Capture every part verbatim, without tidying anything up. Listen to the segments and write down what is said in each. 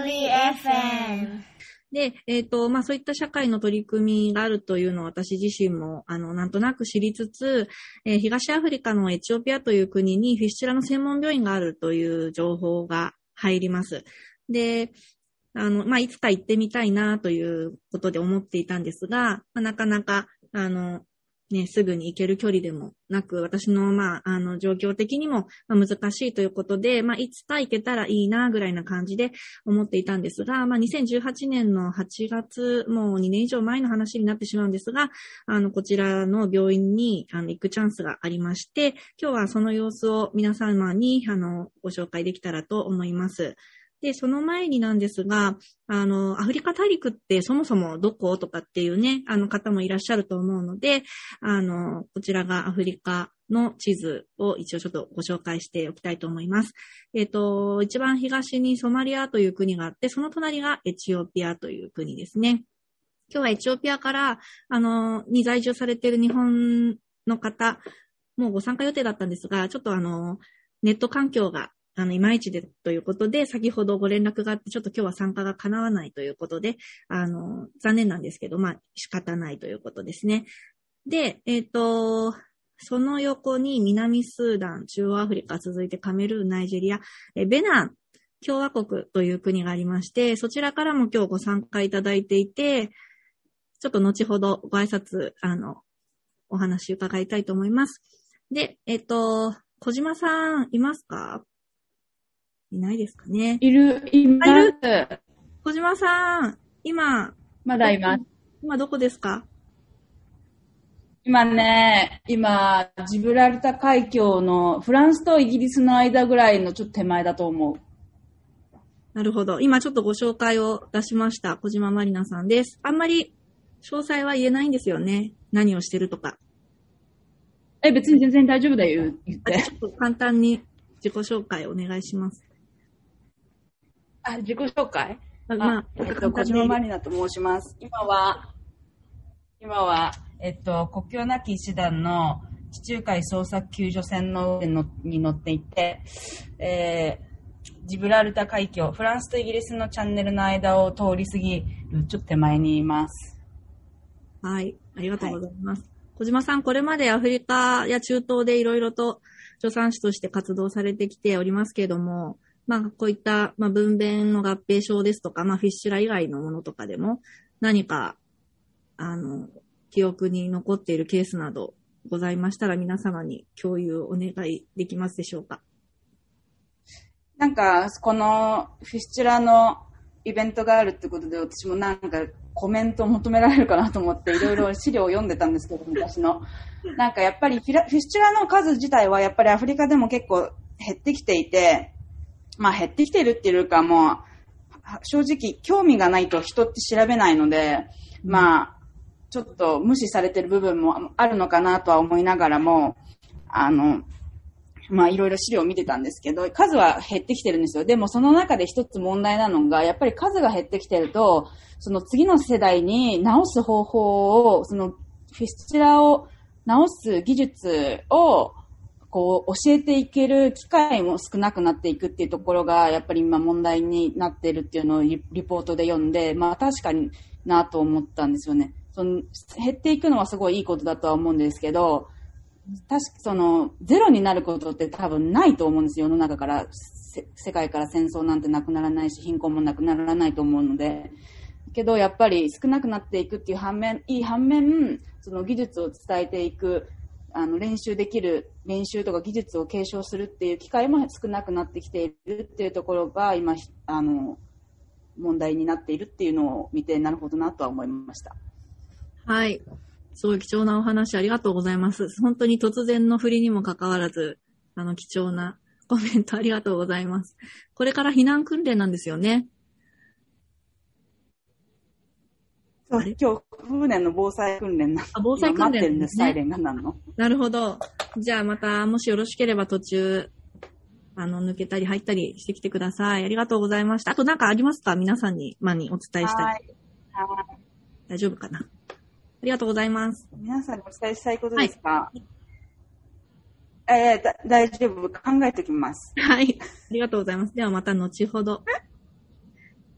リーエフエム。 で、えっと、まあ、そういった社会の取り組みがあるというのを私自身も、あの、なんとなく知りつつ、えー、東アフリカのエチオピアという国にフィッシュラの専門病院があるという情報が入ります。で、あの、まあ、いつか行ってみたいなということで思っていたんですが、まあ、なかなか、あの、ね、すぐに行ける距離でもなく、私の、まあ、あの、状況的にも難しいということで、まあ、いつか行けたらいいな、ぐらいな感じで思っていたんですが、まあ、にせんじゅうはちねんのはちがつ、もうにねん以上前の話になってしまうんですが、あの、こちらの病院に、あの、行くチャンスがありまして、今日はその様子を皆様に、あの、ご紹介できたらと思います。で、その前になんですが、あの、アフリカ大陸ってそもそもどことかっていうね、あの方もいらっしゃると思うので、あの、こちらがアフリカの地図を一応ちょっとご紹介しておきたいと思います。えっと、一番東にソマリアという国があって、その隣がエチオピアという国ですね。今日はエチオピアから、あの、に在住されている日本の方、もうご参加予定だったんですが、ちょっとあの、ネット環境があの、いまいちでということで、先ほどご連絡があって、ちょっと今日は参加が叶わないということで、あの、残念なんですけど、まあ、仕方ないということですね。で、えっと、その横に南スーダン、中央アフリカ、続いてカメルーン、ナイジェリア、えベナン共和国という国がありまして、そちらからも今日ご参加いただいていて、ちょっと後ほどご挨拶、あの、お話伺いたいと思います。で、えっと、小島さん、いますか？いないですかね。 いる、います。いる。 小島さん、今。 まだいます。 今どこですか？ 今ね、今、ジブラルタ海峡のフランスとイギリスの間ぐらいのちょっと手前だと思う。 なるほど。今ちょっとご紹介を出しました。小島まりなさんです。あんまり詳細は言えないんですよね。何をしてるとか。 え、別に全然大丈夫だよ、言って。 ちょっと簡単に自己紹介お願いします。 あ、自己紹介？ あ、まあ、 えっと、小島まりなと申します。今は、今は、えっと、国境なき医師団の地中海捜索救助船の上に乗っていて、えー、ジブラルタ海峡、フランスとイギリスのチャンネルの間を通り過ぎるちょっと手前にいます。 はい、ありがとうございます。はい、小島さん、これまでアフリカや中東でいろいろと助産師として活動されてきておりますけれども、まあ、こういった、まあ、分娩の合併症ですとか、まあ、フィッシュラ以外のものとかでも、何か、あの、記憶に残っているケースなどございましたら、皆様に共有お願いできますでしょうか。 なんか、このフィッシュラのイベントがあるってことで、私もなんかコメントを求められるかなと思って、いろいろ資料を読んでたんですけど、昔の。なんかやっぱりフィッシュラの数自体はやっぱりアフリカでも結構減ってきていて、まあ減ってきているっていうかもう、正直興味がないと人って調べないので、まあ、ちょっと無視されてる部分もあるのかなとは思いながらも、あの、まあいろいろ資料を見てたんですけど、数は減ってきてるんですよ。でもその中で一つ問題なのが、やっぱり数が減ってきてると、その次の世代に治す方法を、そのフィスチュラを治す技術をこう教えていける機会も少なくなっていくっていうところが、やっぱり今問題になっているっていうのをリポートで読んで、まあ確かになと思ったんですよね。その減っていくのはすごいいいことだとは思うんですけど、確かそのゼロになることって多分ないと思うんですよ。世の中から世界から戦争なんてなくならないし、貧困もなくならないと思うので、けどやっぱり少なくなっていくっていう反面、いい反面、その技術を伝えていく、あの練習できる練習とか技術を継承するっていう機会も少なくなってきているっていうところが今あの問題になっているっていうのを見て、なるほどなとは思いました。 はい。すごい貴重なお話ありがとうございます。本当に突然の振りにもかかわらず、あの貴重なコメントありがとうございます。これから避難訓練なんですよね。 そう、今日船の防災訓練なの。 あ、防災訓練、ね、 待ってるんです、サイレンが鳴るの。 なるほど。じゃあまたもしよろしければ途中あの抜けたり入ったりしてきてください。ありがとうございました。あと何かありますか？皆さんにまにお伝えしたい。はい。はい。大丈夫かな？ありがとうございます。 皆さんにお伝えしたいことですか？はい、えー、だ大丈夫。考えておきます。 はい。ありがとうございます。ではまた後ほど。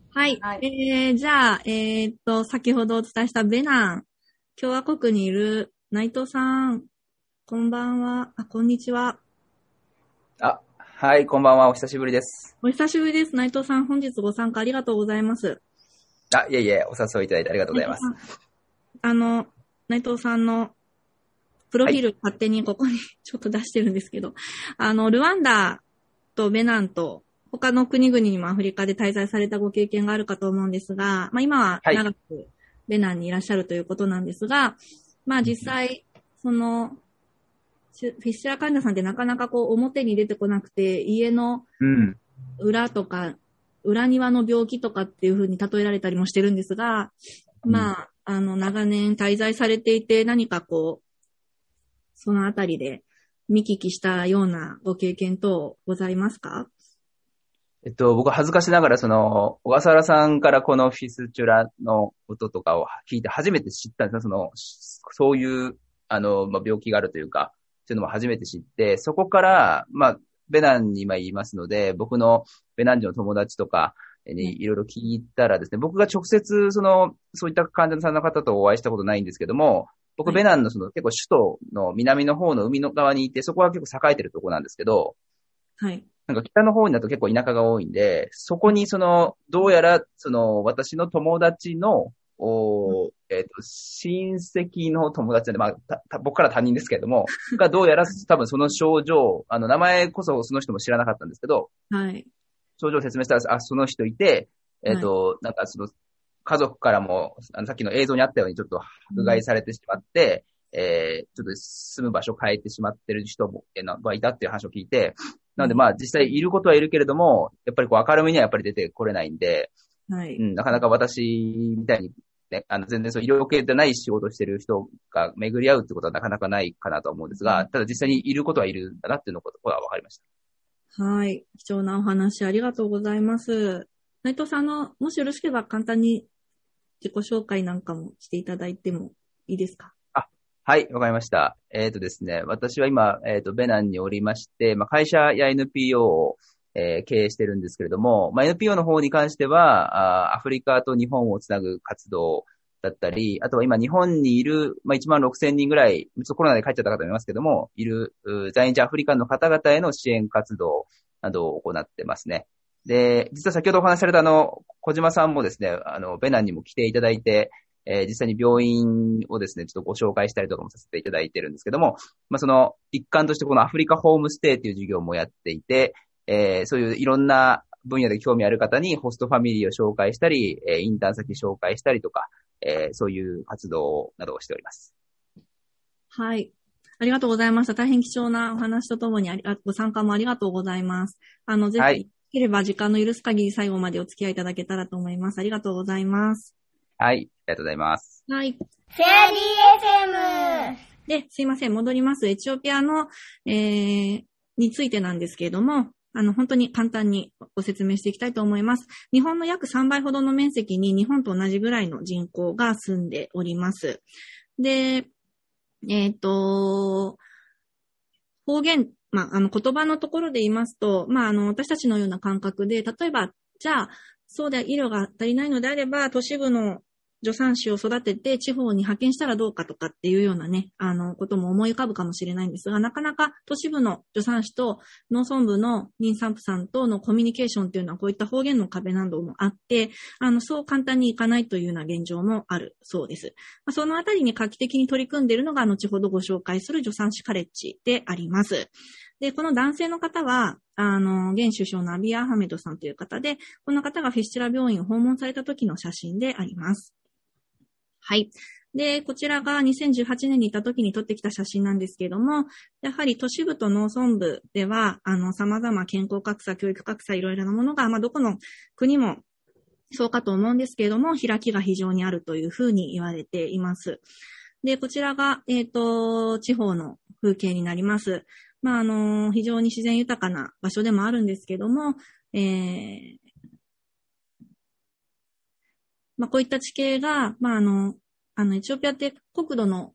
はい。 はい、 えー、じゃあ、えー、っと、先ほどお伝えしたベナン、共和国にいる内藤さん、こんばんは。あ、こんにちは。 あ、はい、こんばんは。お久しぶりです。 お久しぶりです。内藤さん、本日ご参加ありがとうございます。 あ、いえいえ、お誘いいただいてありがとうございます。 あの、内藤さんのプロフィール、 はい、 勝手にここにちょっと出してるんですけど、あの、ルワンダとベナンと他の国々にもアフリカで滞在されたご経験があるかと思うんですが、まあ今は長くベナンにいらっしゃるということなんですが、まあ実際、その、フィッシュラー患者さんってなかなかこう表に出てこなくて、家の裏とか、裏庭の病気とかっていう風に例えられたりもしてるんですが、まあ、あの、長年滞在されていて何かこう、そのあたりで見聞きしたようなご経験等ございますか？ えっと、僕は恥ずかしながら、その、小笠原さんからこのフィスチュラのこととかを聞いて初めて知ったんですね。その、そういう、あの、まあ、病気があるというか、そういうのも初めて知って、そこから、まあ、ベナンに今言いますので、僕のベナン人の友達とかにいろいろ聞いたらですね、僕が直接、その、そういった患者さんの方とお会いしたことないんですけども、僕、ベナンのその結構首都の南の方の海の側にいて、そこは結構栄えてるところなんですけど、 はい。 なんか北の方にだと結構田舎が多いんで、そこにその、どうやら、その、私の友達の、おえっ、ー、と、親戚の友達なんで、まあ、たた僕から他人ですけれども、がどうやら多分その症状、あの、名前こそその人も知らなかったんですけど、 はい。 症状を説明したら、あ、その人いて、えっ、ー、と、はい、なんかその、家族からも、あの、さっきの映像にあったようにちょっと迫害されてしまって、うん、えー、ちょっと住む場所を変えてしまってる人もがいたっていう話を聞いて、なのでまあ実際いることはいるけれども、やっぱりこう明るみにはやっぱり出てこれないんで、はい、うん、なかなか私みたいに、ね、あの全然そう医療系でない仕事をしてる人が巡り合うってことはなかなかないかなと思うんですが、ただ実際にいることはいるんだなっていうのことは分かりました。 はい。貴重なお話ありがとうございます。内藤さんの、もしよろしければ簡単に自己紹介なんかもしていただいてもいいですか？ あ、はい、わかりました。えっとですね、私は今、えっと、ベナンにおりまして、まあ、会社や エヌピーオー を、えー、経営してるんですけれども、まあ、エヌピーオー の方に関しては、あアフリカと日本をつなぐ活動だったり、あとは今日本にいる、まあ、いちまんろくせんにんぐらい、ちょっとコロナで帰っちゃった方もいますけども、いる、在日アフリカンの方々への支援活動などを行ってますね。で、実は先ほどお話しされたあの、小島さんもですね、あの、ベナンにも来ていただいて、えー、実際に病院をですね、ちょっとご紹介したりとかもさせていただいてるんですけども、まあ、その一環としてこのアフリカホームステイっていう事業もやっていて、えー、そういういろんな分野で興味ある方にホストファミリーを紹介したり、えー、インターン先紹介したりとか、えー、そういう活動などをしております。 はい。ありがとうございました。大変貴重なお話とともにありご参加もありがとうございます。あの、ぜひ、はい、できれば時間の許す限り最後までお付き合いいただけたらと思います。ありがとうございます。 はい、ありがとうございます。 はい。 フェアリー エフエムで、すいません、戻ります。エチオピアの、えー、についてなんですけれども、あの、本当に簡単にご説明していきたいと思います。日本の約さんばいほどの面積に日本と同じぐらいの人口が住んでおります。で、えっと、方言、まあ、あの、言葉のところで言いますと、まあ、あの、私たちのような感覚で、例えば、じゃあ、そうで医療が足りないのであれば、都市部の助産師を育てて地方に派遣したらどうかとかっていうようなね、あの、ことも思い浮かぶかもしれないんですが、なかなか都市部の助産師と農村部の妊産婦さんとのコミュニケーションっていうのはこういった方言の壁などもあって、あの、そう簡単にいかないというような現状もあるそうです。まあ、そのあたりに画期的に取り組んでいるのが、後ほどご紹介する助産師カレッジであります。で、この男性の方は、あの、現首相のアビー・アハメドさんという方で、この方がフィスチュラ病院を訪問された時の写真であります。はい。で、こちらがにせんじゅうはちねんに行った時に撮ってきた写真なんですけれども、やはり都市部と農村部では、あの、様々健康格差、教育格差、いろいろなものが、まあ、どこの国もそうかと思うんですけれども、開きが非常にあるというふうに言われています。で、こちらが、えっと、地方の風景になります。まあ、あの、非常に自然豊かな場所でもあるんですけども、えー、まあ、こういった地形が、まあ、あの、あの、エチオピアって国土の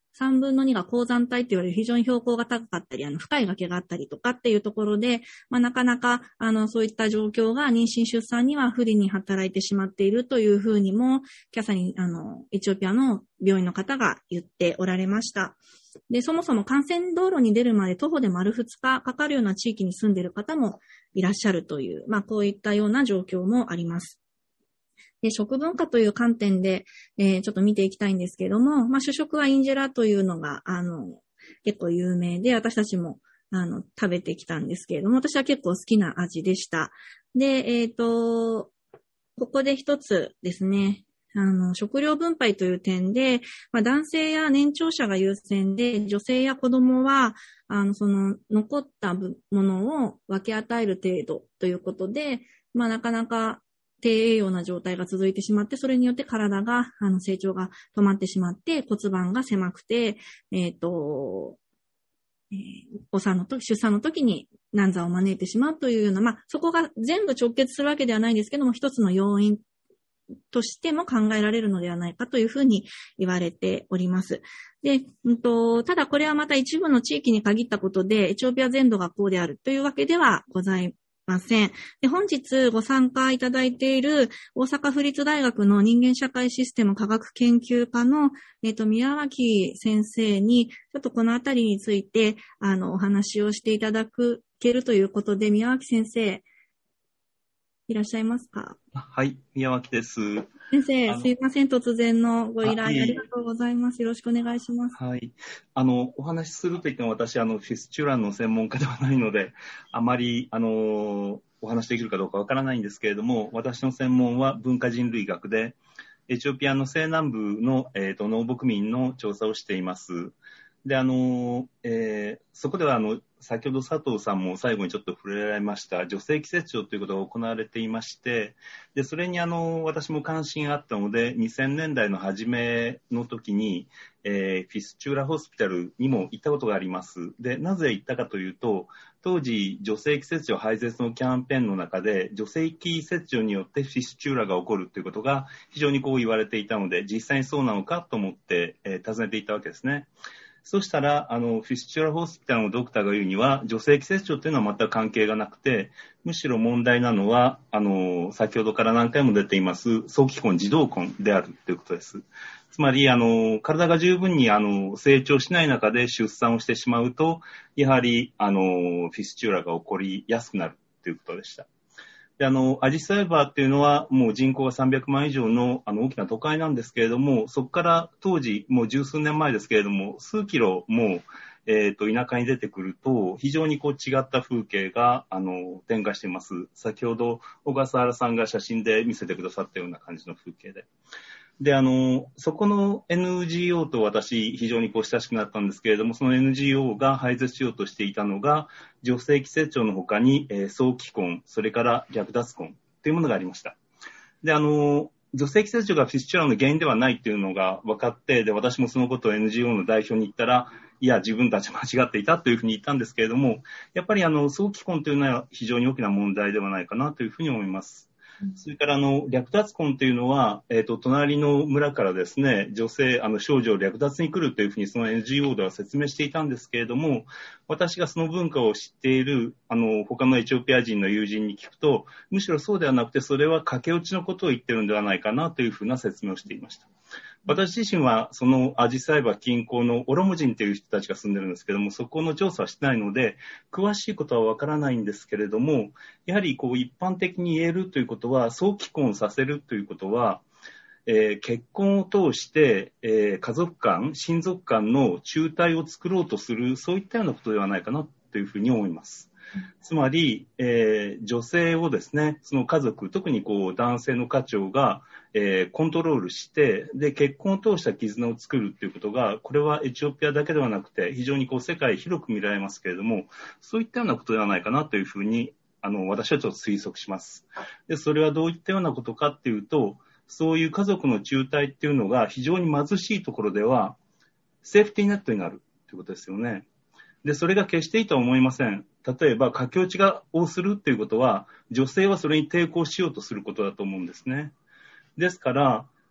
さんぶんのにが高山帯と言われる非常に標高が高かったり、あの、深い崖があったりとかっていうところで、まあ、なかなか、あの、そういった状況が妊娠出産には不利に働いてしまっているというふうにも、キャサリン、あの、エチオピアの病院の方が言っておられました。で、そもそも幹線道路に出るまで徒歩で丸ふつかかかるような地域に住んでいる方もいらっしゃるという、まあ、こういったような状況もあります。で、食文化という観点で、えー、ちょっと見ていきたいんですけれども、まあ、主食はインジェラというのが、あの、結構有名で、私たちも、あの、食べてきたんですけれども、私は結構好きな味でした。で、えっと、ここで一つですね、あの、食料分配という点で、まあ、男性や年長者が優先で、女性や子供は、あの、その、残ったものを分け与える程度ということで、まあ、なかなか、低栄養な状態が続いてしまって、それによって体が、あの、成長が止まってしまって、骨盤が狭くて、えっと、えー、お産の時、出産の時に難産を招いてしまうというような、まあ、そこが全部直結するわけではないんですけども、一つの要因としても考えられるのではないかというふうに言われております。で、うんと、ただこれはまた一部の地域に限ったことで、エチオピア全土がこうであるというわけではございません。ません。で、本日ご参加いただいている大阪府立大学の人間社会システム科学研究科の、えっと、宮脇先生に、ちょっとこのあたりについて、あの、お話をしていただけるということで、宮脇先生、いらっしゃいますか？ はい、宮脇です。 先生、すいません、突然のご依頼ありがとうございます。よろしくお願いします。 はい。あの、お話しすると言っても私、あの、フィスチュラの専門家ではないので、あまり、あの、お話できるかどうかわからないんですけれども、私の専門は文化人類学で、エチオピアの西南部の、えーと、農牧民の調査をしています。で、あの、えー、そこでは、あの、先ほど佐藤さんも最後にちょっと触れられました女性季節庁ということが行われていまして、で、それにあの、私も関心があったので、にせんねんだいの初めの時に、えー、フィスチューラホスピタルにも行ったことがあります。で、なぜ行ったかというと、当時、女性季節庁廃絶のキャンペーンの中で、女性季節庁によってフィスチューラが起こるということが非常にこう言われていたので、実際にそうなのかと思って、えー、尋ねていたわけですね。そしたら、あの、フィスチュラホスピタルのドクターが言うには、女性季節庁というのは全く関係がなくて、むしろ問題なのは、あの、先ほどから何回も出ています、早期婚、児童婚であるということです。つまり、あの、体が十分に、あの、成長しない中で出産をしてしまうと、やはり、あの、フィスチュラが起こりやすくなるということでした。で、あの、アジサイバーっていうのはもう人口がさんびゃくまん以上のあの大きな都会なんですけれども、そこから当時もう十数年前ですけれども、数キロもう、えっと、田舎に出てくると、非常にこう違った風景が、あの、展開しています。先ほど小笠原さんが写真で見せてくださったような感じの風景で。で、あの、そこの エヌジーオー と私、非常にこう親しくなったんですけれども、その エヌジーオー が廃絶しようとしていたのが、女性季節庁の他に、えー、早期婚、それから略奪婚というものがありました。で、あの、女性季節庁がフィスチュラの原因ではないというのが分かって、で、私もそのことを エヌジーオー の代表に言ったら、いや、自分たち間違っていたというふうに言ったんですけれども、やっぱりあの、早期婚というのは非常に大きな問題ではないかなというふうに思います。それから、あの、略奪婚というのは、えっと、隣の村からですね、女性、あの、少女を略奪に来るというふうにその エヌジーオー では説明していたんですけれども、私がその文化を知っている、あの、他のエチオピア人の友人に聞くと、むしろそうではなくて、それは駆け落ちのことを言ってるんではないかなというふうな説明をしていました。私自身はそのアジサイバ近郊のオロモ人という人たちが住んでるんですけども、そこの調査はしてないので詳しいことはわからないんですけれども、やはりこう一般的に言えるということは、早期婚をさせるということは、えー、結婚を通して、えー、家族間、親族間の中帯を作ろうとする、そういったようなことではないかなというふうに思います。つまり、えー、女性をですね、その家族、特にこう男性の家長が、えー、コントロールして、で、結婚を通した絆を作るということが、これはエチオピアだけではなくて、非常にこう世界広く見られますけれども、そういったようなことではないかなというふうに、あの、私はちょっと推測します。で、それはどういったようなことかっていうと、そういう家族の中帯っていうのが非常に貧しいところでは、セーフティーネットになるということですよね。で、それが決していいとは思いません。例えば、駆け落ちがをするということは、女性はそれに抵抗しようとすることだと思うんですね。ですから、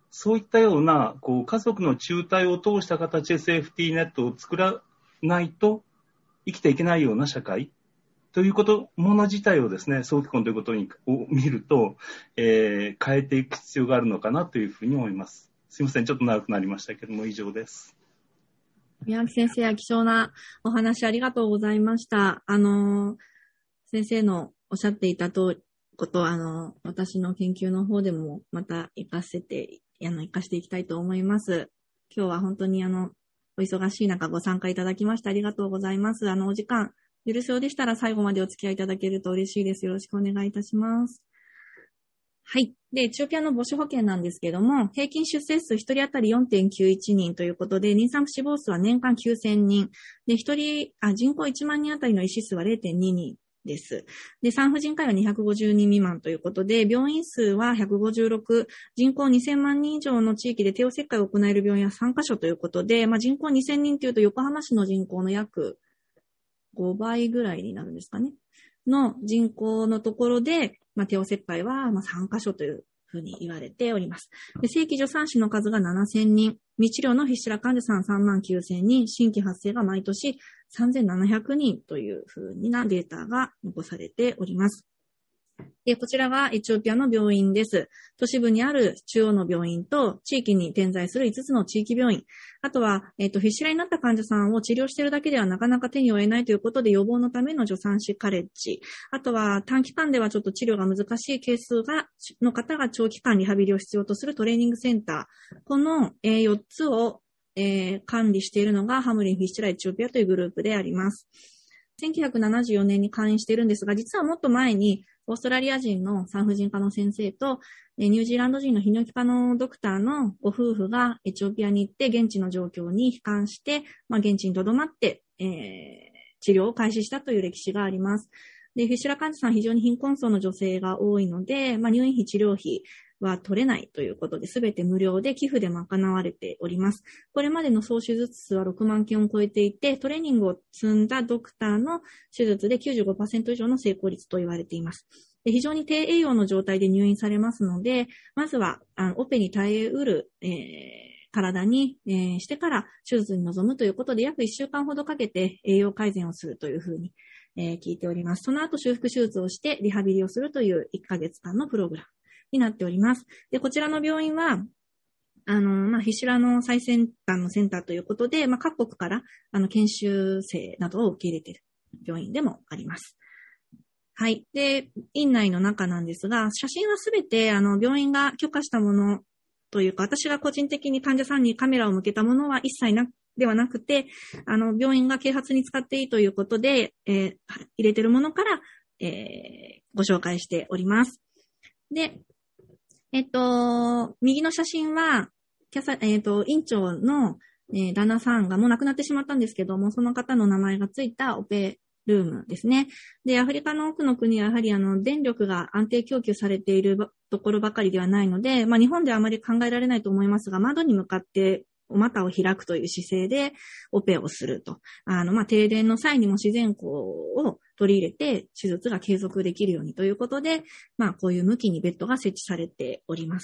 そういったような、こう、家族の中帯を通した形でセーフティーネットを作らないと生きていけないような社会ということ、もの自体をですね、早期婚ということにを見ると、えー、変えていく必要があるのかなというふうに思います。すいません、ちょっと長くなりましたけども、以上です。 宮脇先生は貴重なお話ありがとうございました。あの、先生のおっしゃっていたとこと、あの、私の研究の方でもまた活かせて、あの、活かしていきたいと思います。今日は本当にあの、お忙しい中ご参加いただきましてありがとうございます。あの、お時間許すようでしたら最後までお付き合いいただけると嬉しいです。よろしくお願いいたします。はい。で、エチオピアの母子保険なんですけども、平均出生数ひとり当たり よんてんきゅういち 人ということで、妊産婦死亡数は年間きゅうせんにん。で、一人、あ、人口いちまんにん当たりの医師数は れいてんににんです。で、産婦人科医はにひゃくごじゅうにん未満ということで、病院数はひゃくごじゅうろく、人口にせんまんにん以上の地域で帝王切開を行える病院はさんかしょということで、まあ、人口にせんにんというと横浜市の人口の約ごばいぐらいになるんですかね。の人口のところで、まあ、帝王切開はまあさんかしょというふうに言われております。で、正規助産師の数がななせんにん、未治療のフィッシュラ患者さんさんまんきゅうせんにん、新規発生が毎年さんぜんななひゃくにんというふうなデータが残されております。で、こちらがエチオピアの病院です。都市部にある中央の病院と地域に点在するいつつの地域病院。あとは、えっと、フィッシュラになった患者さんを治療しているだけではなかなか手に負えないということで予防のための助産師カレッジ。あとは短期間ではちょっと治療が難しいケースが、の方が長期間リハビリを必要とするトレーニングセンター。この、えー、よっつを、えー、管理しているのがハムリン・フィッシュラエチオピアというグループであります。せんきゅうひゃくななじゅうよねんに開院しているんですが、実はもっと前にオーストラリア人の産婦人科の先生とニュージーランド人の泌尿器科のドクターのご夫婦がエチオピアに行って現地の状況に悲観して、まあ、現地に留まって、えー、治療を開始したという歴史があります。で、フィッシュラ患者さん非常に貧困層の女性が多いので、まあ、入院費治療費は取れないということで、すべて無料で寄付で賄われております。これまでの総手術数はろくまんけんを超えていて、トレーニングを積んだドクターの手術で きゅうじゅうごパーセント 以上の成功率と言われています。で、非常に低栄養の状態で入院されますので、まずはあのオペに耐えうる、えー、体に、えー、してから手術に臨むということで、約いっしゅうかんほどかけて栄養改善をするというふうに、えー、聞いております。その後修復手術をしてリハビリをするといういっかげつかんのプログラムになっております。で、こちらの病院は、あの、まあ、フィッシュラの最先端のセンターということで、まあ、各国から、あの、研修生などを受け入れている病院でもあります。はい。で、院内の中なんですが、写真はすべて、あの、病院が許可したものというか、私が個人的に患者さんにカメラを向けたものは一切な、ではなくて、あの、病院が啓発に使っていいということで、えー、入れているものから、えー、ご紹介しております。で、えっと、右の写真は、キャサ、えっと、院長の、えー、旦那さんがもう亡くなってしまったんですけども、その方の名前がついたオペルームですね。で、アフリカの多くの国はやはりあの、電力が安定供給されているところばかりではないので、まあ日本ではあまり考えられないと思いますが、窓に向かってお股を開くという姿勢でオペをすると。あの、まあ、停電の際にも自然光を取り入れて手術が継続できるようにということで、まあ、こういう向きにベッドが設置されております。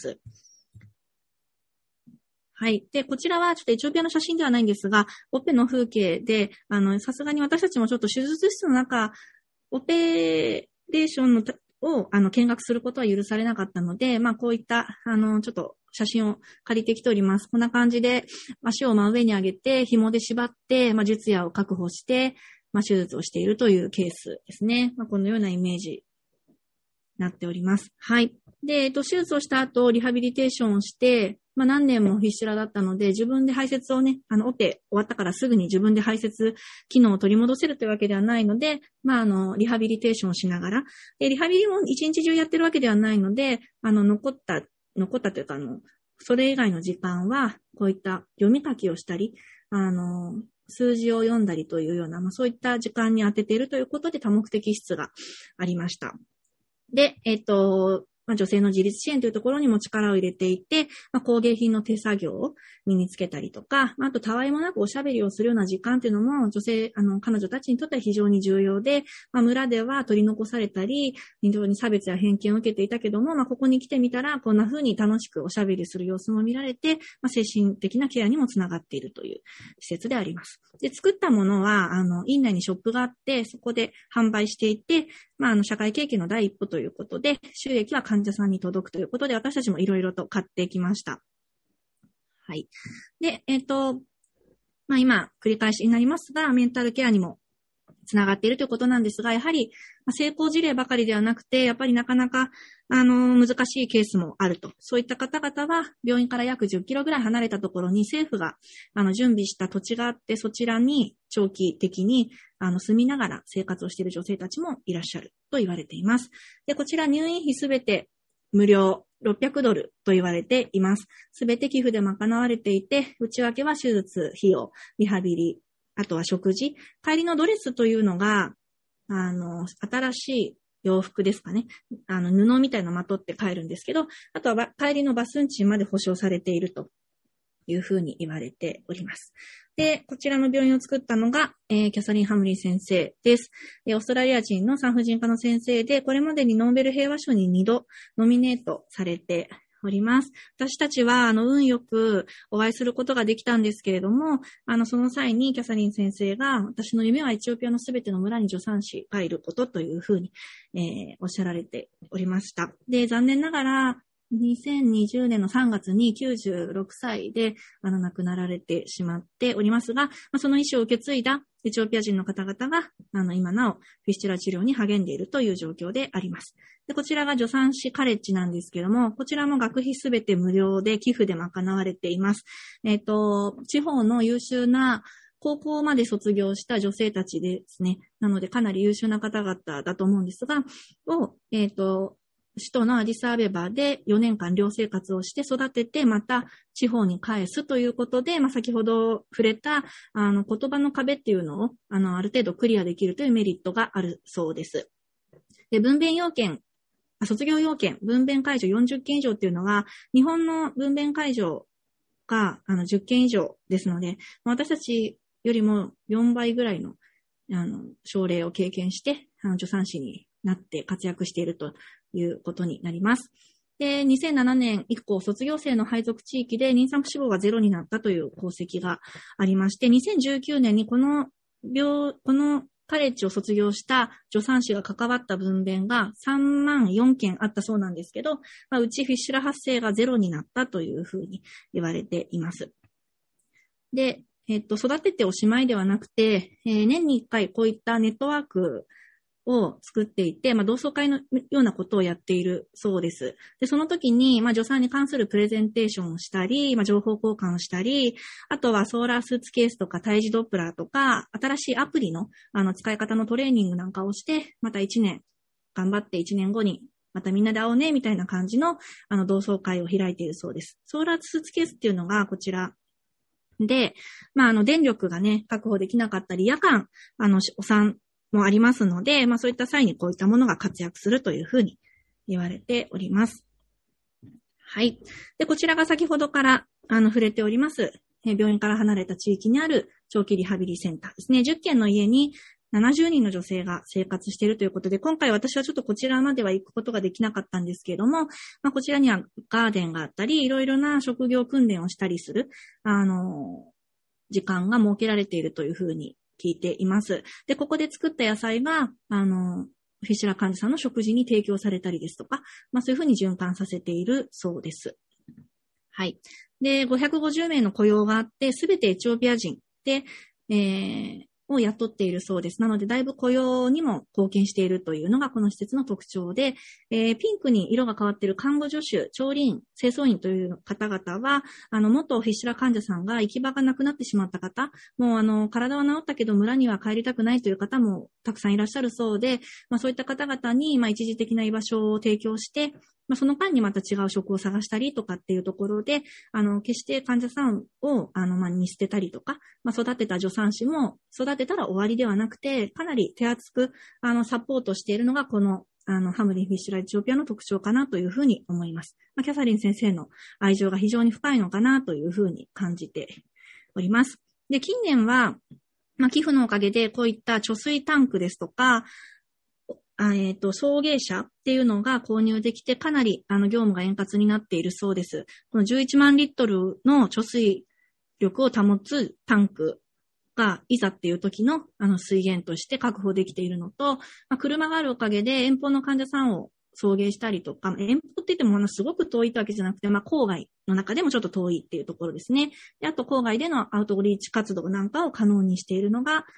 はい。で、こちらはちょっとエチオピアの写真ではないんですが、オペの風景で、あの、さすがに私たちもちょっと手術室の中、オペレーションのを、あの、見学することは許されなかったので、まあ、こういった、あの、ちょっと写真を借りてきております。こんな感じで、足を真上に上げて、紐で縛って、まあ、術野を確保して、まあ、手術をしているというケースですね。まあ、このようなイメージになっております。はい。で、えっと、手術をした後、リハビリテーションをして、まあ、何年もフィッシュラだったので、自分で排泄をね、あの、オペ終わったからすぐに自分で排泄機能を取り戻せるというわけではないので、まあ、あの、リハビリテーションをしながら、で、リハビリも一日中やってるわけではないので、あの、残った、残ったというか、あの、それ以外の時間は、こういった読み書きをしたり、あの、数字を読んだりというような、まあ、そういった時間に当てているということで多目的室がありました。で、えっと、 まあ、女性の自立支援というところにも力を入れていて、まあ、工芸品の手作業を身につけたりとか、あと、たわいもなくおしゃべりをするような時間というのも、女性、あの、彼女たちにとっては非常に重要で、まあ、村では取り残されたり、非常に差別や偏見を受けていたけども、まあ、ここに来てみたら、こんな風に楽しくおしゃべりする様子も見られて、まあ、精神的なケアにもつながっているという施設であります。で、作ったものは、あの、院内にショップがあって、そこで販売していて、まあ、あの、社会経験の第一歩ということで、収益は患者さんに届くということで、私たちもいろいろと買ってきました。はい。で、えっと、まあ、今、繰り返しになりますが、メンタルケアにもつながっているということなんですが、やはり、成功事例ばかりではなくて、やっぱりなかなか、あの、難しいケースもあると。そういった方々は、病院から約じゅっキロぐらい離れたところに政府が、あの、準備した土地があって、そちらに長期的に、あの、住みながら生活をしている女性たちもいらっしゃると言われています。で、こちら入院費すべて無料、ろっぴゃくドルと言われています。すべて寄付で賄われていて、内訳は手術費用、リハビリ、あとは食事。帰りのドレスというのが、あの、新しい洋服ですかね。あの、布みたいなのまとって帰るんですけど、あとは帰りのバス運賃まで保証されているというふうに言われております。で、こちらの病院を作ったのが、えー、キャサリン・ハムリー先生です。えー、オーストラリア人の産婦人科の先生で、これまでにノーベル平和賞ににどノミネートされております。私たちは、あの、運よくお会いすることができたんですけれども、あの、その際にキャサリン先生が、私の夢はエチオピアのすべての村に助産師がいることというふうに、えー、おっしゃられておりました。で、残念ながら、にせんにじゅうねんのさんがつにきゅうじゅうろくさいで、あの、亡くなられてしまっておりますが、まあ、その意思を受け継いだエチオピア人の方々が、あの、今なお、フィスチュラ治療に励んでいるという状況であります。で、こちらが助産師カレッジなんですけども、こちらも学費すべて無料で寄付で賄われています。えっと、地方の優秀な高校まで卒業した女性たちですね。なので、かなり優秀な方々だと思うんですが、を、えっと、首都のアディスアベバでよねんかん寮生活をして育てて、また地方に返すということで、まあ、先ほど触れた、あの、言葉の壁っていうのを、あの、ある程度クリアできるというメリットがあるそうです。で、分娩要件、卒業要件、分娩介助よんじゅっけん以上っていうのは、日本の分娩介助が、あの、じゅっけん以上ですので、私たちよりもよんばいぐらいの、あの、症例を経験して、あの、助産師になって活躍しているということになります。で、にせんななねん以降、卒業生の配属地域で妊産婦死亡がゼロになったという功績がありまして、にせんじゅうきゅうねんにこの病、このカレッジを卒業した助産師が関わった分娩がさんまんよんけんあったそうなんですけど、まあ、うちフィッシュラ発生がゼロになったというふうに言われています。で、えっと、育てておしまいではなくて、えー、年にいっかいこういったネットワークを作っていて、まあ、同窓会のようなことをやっているそうです。で、その時に、まあ、助産に関するプレゼンテーションをしたり、まあ、情報交換をしたり、あとはソーラースーツケースとか胎児ドップラーとか、新しいアプリの、あの、使い方のトレーニングなんかをして、またいちねん、頑張っていちねんごに、またみんなで会おうね、みたいな感じの、あの、同窓会を開いているそうです。ソーラースーツケースっていうのが、こちら、で、まあ、あの、電力がね、確保できなかったり、夜間、あの、お産もありますので、まあ、そういった際にこういったものが活躍するというふうに言われております。はい。で、こちらが先ほどから、あの、触れております、え病院から離れた地域にある長期リハビリセンターですね。じゅっけんの家にななじゅうにんの女性が生活しているということで、今回私はちょっとこちらまでは行くことができなかったんですけれども、まあ、こちらにはガーデンがあったり、いろいろな職業訓練をしたりする、あの、時間が設けられているというふうに聞いています。で、ここで作った野菜が、あの、フィッシュラ患者さんの食事に提供されたりですとか、まあそういうふうに循環させているそうです。はい。で、ごひゃくごじゅうめいの雇用があって、すべてエチオピア人で、えー、を雇っているそうです。なので、だいぶ雇用にも貢献しているというのがこの施設の特徴で、えー、ピンクに色が変わっている看護助手、調理員、清掃員という方々は、あの、元フィッシュラ患者さんが行き場がなくなってしまった方、もうあの、体は治ったけど村には帰りたくないという方もたくさんいらっしゃるそうで、まあそういった方々に、まあ一時的な居場所を提供して、まあ、その間にまた違う職を探したりとかっていうところで、あの、決して患者さんを、あの、まあ、見捨てたりとか、まあ、育てた助産師も育てたら終わりではなくて、かなり手厚く、あの、サポートしているのがこのあの、ハムリン・フィッシュラ・エチオピアの特徴かなというふうに思います。まあ、キャサリン先生の愛情が非常に深いのかなというふうに感じております。で、近年は、まあ、寄付のおかげでこういった貯水タンクですとか、あえっと、送迎車っていうのが購入できて、かなり、あの、業務が円滑になっているそうです。このじゅういちまんリットルの貯水力を保つタンクが、いざっていう時の、あの、水源として確保できているのと、まあ、車があるおかげで遠方の患者さんを送迎したりとか、遠方って言っても、あの、すごく遠いってわけじゃなくて、まあ、郊外の中でもちょっと遠いっていうところですね。で、あと、郊外でのアウトリーチ活動なんかを可能にしているのが、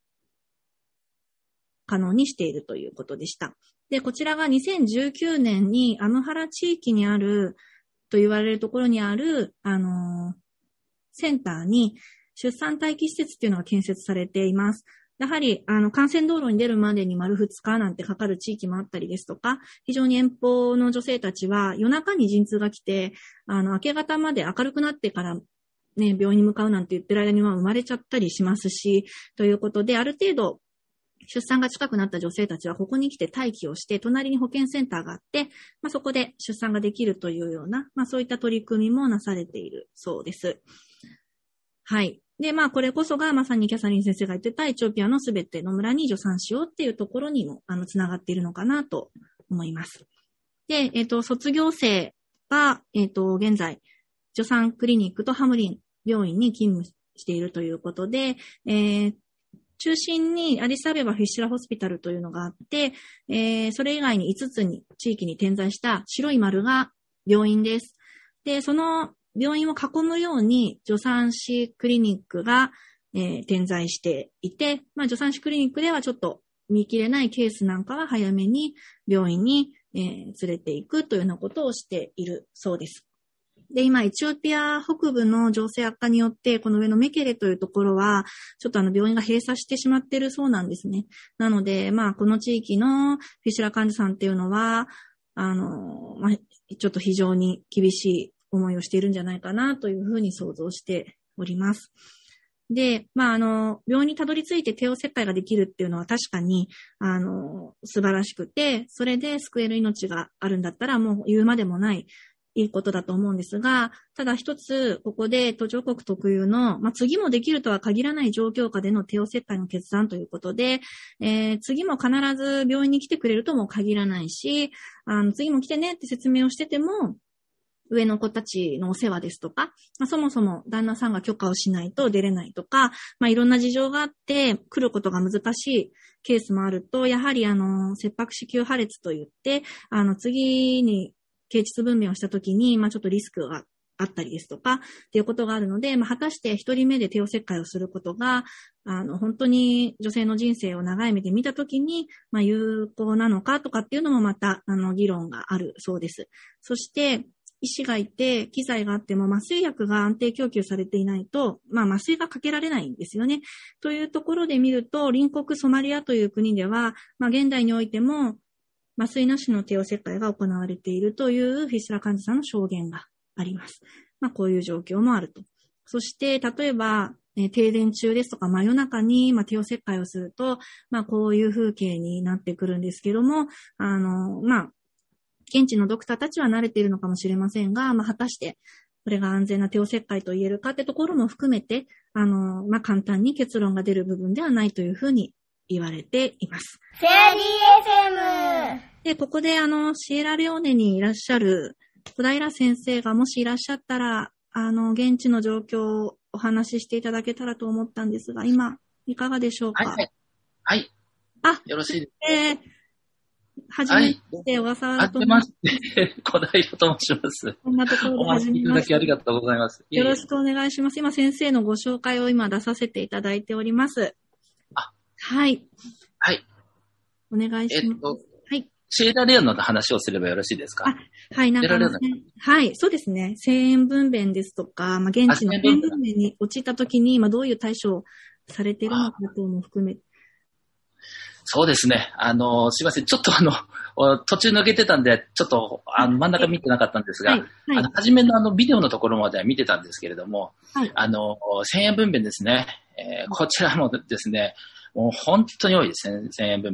可能にしているということでした。で、こちらがにせんじゅうきゅうねんにアムハラ地域にある、と言われるところにある、あのー、センターに出産待機施設っていうのが建設されています。やはり、あの、幹線道路に出るまでに丸ふつかなんてかかる地域もあったりですとか、非常に遠方の女性たちは夜中に陣痛が来て、あの、明け方まで明るくなってからね、病院に向かうなんて言ってる間には生まれちゃったりしますし、ということで、ある程度、出産が近くなった女性たちはここに来て待機をして、隣に保健センターがあって、まあ、そこで出産ができるというような、まあ、そういった取り組みもなされているそうです。はい。で、まあ、これこそがまさにキャサリン先生が言ってたエチオピアのすべての村に助産しようっていうところにも、あの、つながっているのかなと思います。で、えっと、卒業生が、えっと、現在、助産クリニックとハムリン病院に勤務しているということで、えー中心にアディスアベバフィッシュラホスピタルというのがあって、えー、それ以外にいつつに地域に点在した白い丸が病院です。で、その病院を囲むように助産師クリニックが、えー、点在していて、まあ、助産師クリニックではちょっと見切れないケースなんかは早めに病院に、えー、連れていくというようなことをしているそうです。で、今、エチオピア北部の情勢悪化によって、この上のメケレというところは、ちょっとあの、病院が閉鎖してしまっているそうなんですね。なので、まあ、この地域のフィッシュラ患者さんっていうのは、あの、まあ、ちょっと非常に厳しい思いをしているんじゃないかなというふうに想像しております。で、まあ、あの、病院にたどり着いて帝王切開ができるっていうのは確かに、あの、素晴らしくて、それで救える命があるんだったらもう言うまでもない、いいことだと思うんですが、ただ一つ、ここで途上国特有の、まあ、次もできるとは限らない状況下での帝王切開の決断ということで、えー、次も必ず病院に来てくれるとも限らないし、あの、次も来てねって説明をしてても、上の子たちのお世話ですとか、まあ、そもそも旦那さんが許可をしないと出れないとか、まあ、いろんな事情があって来ることが難しいケースもあると、やはりあの、切迫子宮破裂といって、あの、次に経腟分娩をしたときに、まあちょっとリスクがあったりですとか、っていうことがあるので、まあ果たして一人目で帝王切開をすることが、あの、本当に女性の人生を長い目で見たときに、まあ有効なのかとかっていうのもまた、あの、議論があるそうです。そして、医師がいて、機材があっても麻酔薬が安定供給されていないと、まあ麻酔がかけられないんですよね。というところで見ると、隣国ソマリアという国では、まあ現代においても、麻酔なしの帝王切開が行われているというフィッシュラ患者さんの証言があります。まあこういう状況もあると。そして例えば、えー、停電中ですとか真夜中に、まあ、帝王切開をすると、まあこういう風景になってくるんですけども、あの、まあ現地のドクターたちは慣れているのかもしれませんが、まあ果たしてこれが安全な帝王切開と言えるかってところも含めて、あの、まあ簡単に結論が出る部分ではないというふうに言われています。 フェアリー エフエム。 で、ここであの、シエラレオネにいらっしゃる小平先生がもしいらっしゃったら、あの、現地の状況をお話ししていただけたらと思ったんですが、今、いかがでしょうか？ はい、はい。はい。 あ、 よろしいですか。えー、はじめまして、小笠原と申します。はじめまして、小平と申します。 こんなところでお話しいただきありがとうございます。 よろしくお願いします。今、先生のご紹介を今出させていただいております。 あ、 はい。 はい。 お願いします。 えっと、 はい。 シエラレオネの話をすればよろしいですか？ あ、はい、なんか、ね、はい、そうですね。声援分娩ですとか、まあ、現地の声援分娩に陥ったときに、まあ、どういう対処をされているのかとも含め。 そうですね。あの、すいません。ちょっとあの、途中抜けてたんで、ちょっとあの真ん中見てなかったんですが、はいはい、あの、初めのあの、ビデオのところまでは見てたんですけれども、はい、あの、声援分娩ですね。えー、こちらもですね、もう本当に多いですね、声援分娩。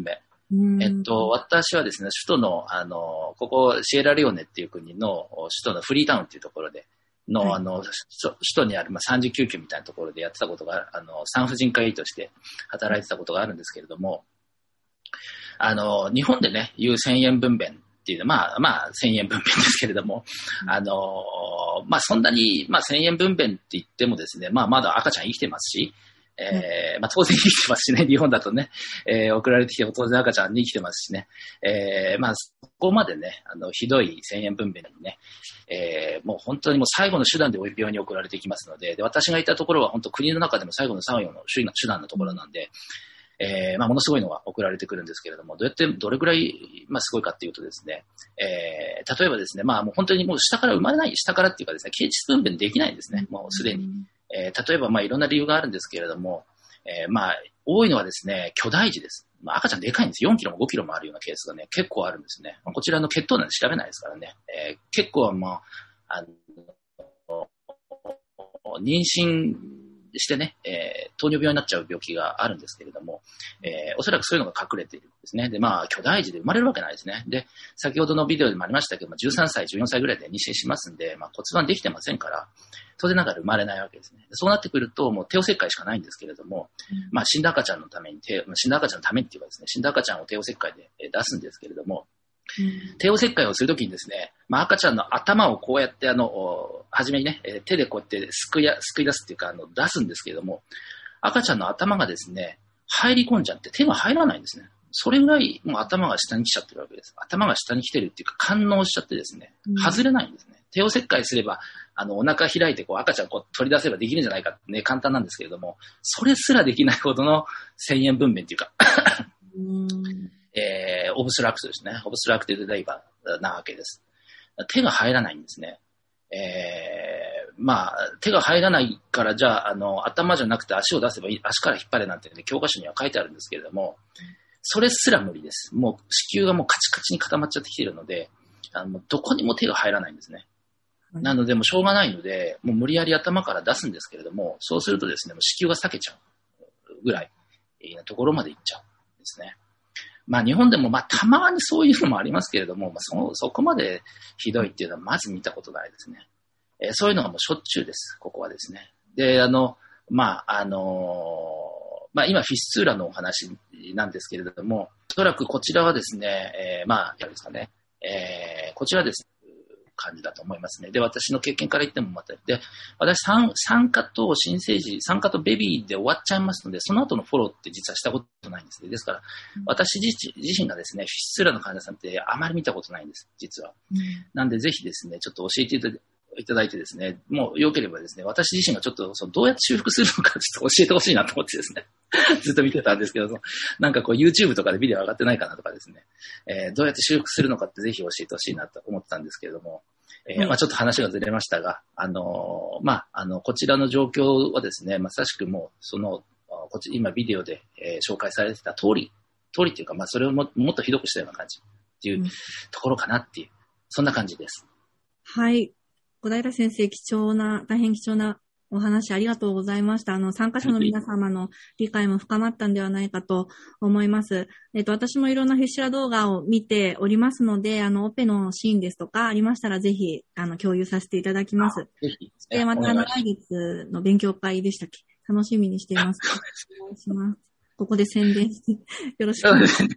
えっと、私はですね、首都の、あの、ここ、シエラレオネっていう国の首都のフリータウンっていうところでの、はい、あの、首都にある、まあ、さんじゅうきゅうきゅみたいなところでやってたことが、あの、産婦人科医として働いてたことがあるんですけれども、あの、日本でね、言うせんえん分娩っていうのは、まあ、まあ、せんえん分娩ですけれども、うん、あの、まあ、そんなに、まあ、せんえん分娩って言ってもですね、まあ、まだ赤ちゃん生きてますし、えー、まあ当然生きてますしね、日本だとね、えー、送られてきても当然赤ちゃんに生きてますしね、えー、まあそこまでね、あの、ひどいせんえん分娩にね、えー、もう本当にもう最後の手段で病院に送られてきますので、で、私がいたところは本当国の中でも最後の最後の手段のところなんで、えー、まあものすごいのが送られてくるんですけれども、どうやって、どれくらい、まあすごいかっていうとですね、えー、例えばですね、まあもう本当にもう下から生まれない、下からっていうかですね、経腟分娩できないんですね、もうすでに。えー、例えば、まあ、いろんな理由があるんですけれども、えー、まあ、多いのはですね、巨大児です。まあ、赤ちゃんでかいんです。よんキロもごキロもあるようなケースがね、結構あるんですね。こちらの血糖なんて調べないですからね。えー、結構、まあ、あの、妊娠してね、えー、糖尿病になっちゃう病気があるんですけれども、えー、おそらくそういうのが隠れているんですね。で、まあ、巨大児で生まれるわけないですね。で、先ほどのビデオでもありましたけども、じゅうさんさい、じゅうよんさいぐらいで妊娠しますんで、まあ、骨盤できてませんから、当然ながら生まれないわけですね。そうなってくると、もう帝王切開しかないんですけれども、うん、まあ死んだ赤ちゃんのために、死んだ赤ちゃんのためにっていうかですね、死んだ赤ちゃんを帝王切開で出すんですけれども、うん、帝王切開をするときにですね、まあ赤ちゃんの頭をこうやってあの、はじめにね、手でこうやってすくいや、すくい出すっていうか、あの、出すんですけれども、赤ちゃんの頭がですね、入り込んじゃって手が入らないんですね。それぐらいもう頭が下に来ちゃってるわけです。頭が下に来てるっていうか、感応しちゃってですね、外れないんですね。帝王切開すれば、あの、お腹開いて、こう、赤ちゃんをこう取り出せばできるんじゃないかってね、簡単なんですけれども、それすらできないほどのせんえん分娩っていうか、うんえー、オブストラクトですね。オブストラクティブレイバーなわけです。手が入らないんですね。えー、まあ、手が入らないから、じゃあ、あの、頭じゃなくて足を出せばいい、足から引っ張れなんて、ね、教科書には書いてあるんですけれども、それすら無理です。もう子宮がもうカチカチに固まっちゃってきているので、あのどこにも手が入らないんですね。なので、もうしょうがないので、もう無理やり頭から出すんですけれども、そうするとですね、もう子宮が裂けちゃうぐらいなところまでいっちゃうんですね。まあ日本でもまあたまにそういうのもありますけれども、まあ、そ, そこまでひどいっていうのはまず見たことないですね。えー、そういうのがもうしょっちゅうです、ここはですね。で、あの、まあ、あのー、まあ今フィスツーラのお話なんですけれども、おそらくこちらはですね、えー、まあ、やですかね、えー、こちらですね、感じだと思いますね。で、私の経験から言ってもまた、で、私、産、産科と新生児、産科とベビーで終わっちゃいますので、その後のフォローって実はしたことないんですね。ですから、うん、私自身がですね、フィスツーラの患者さんってあまり見たことないんです、実は。うん、なんで、ぜひですね、ちょっと教えていただいただいてですね、もう良ければですね、私自身がちょっとそのどうやって修復するのかちょっと教えてほしいなと思ってですね、ずっと見てたんですけど、なんかこう YouTube とかでビデオ上がってないかなとかですね、えー、どうやって修復するのかってぜひ教えてほしいなと思ってたんですけれども、えーまあ、ちょっと話がずれましたが、あのー、まあ、あの、こちらの状況はですね、まさしくもう、その、こっち、今ビデオで、えー、紹介されてた通り、通りっていうか、まあ、それをも、もっとひどくしたような感じっていうところかなっていう、うん、そんな感じです。 はい。小平先生、貴重な、大変貴重なお話ありがとうございました。あの、参加者の皆様の理解も深まったんではないかと思います。えっと、私もいろんなフィッシュラ動画を見ておりますので、あの、オペのシーンですとかありましたら、ぜひ、あの、共有させていただきます。ぜひ。で、また、あの、来月の勉強会でしたっけ？楽しみにしています。お願いします。ここで宣伝して、よろしくお願いします。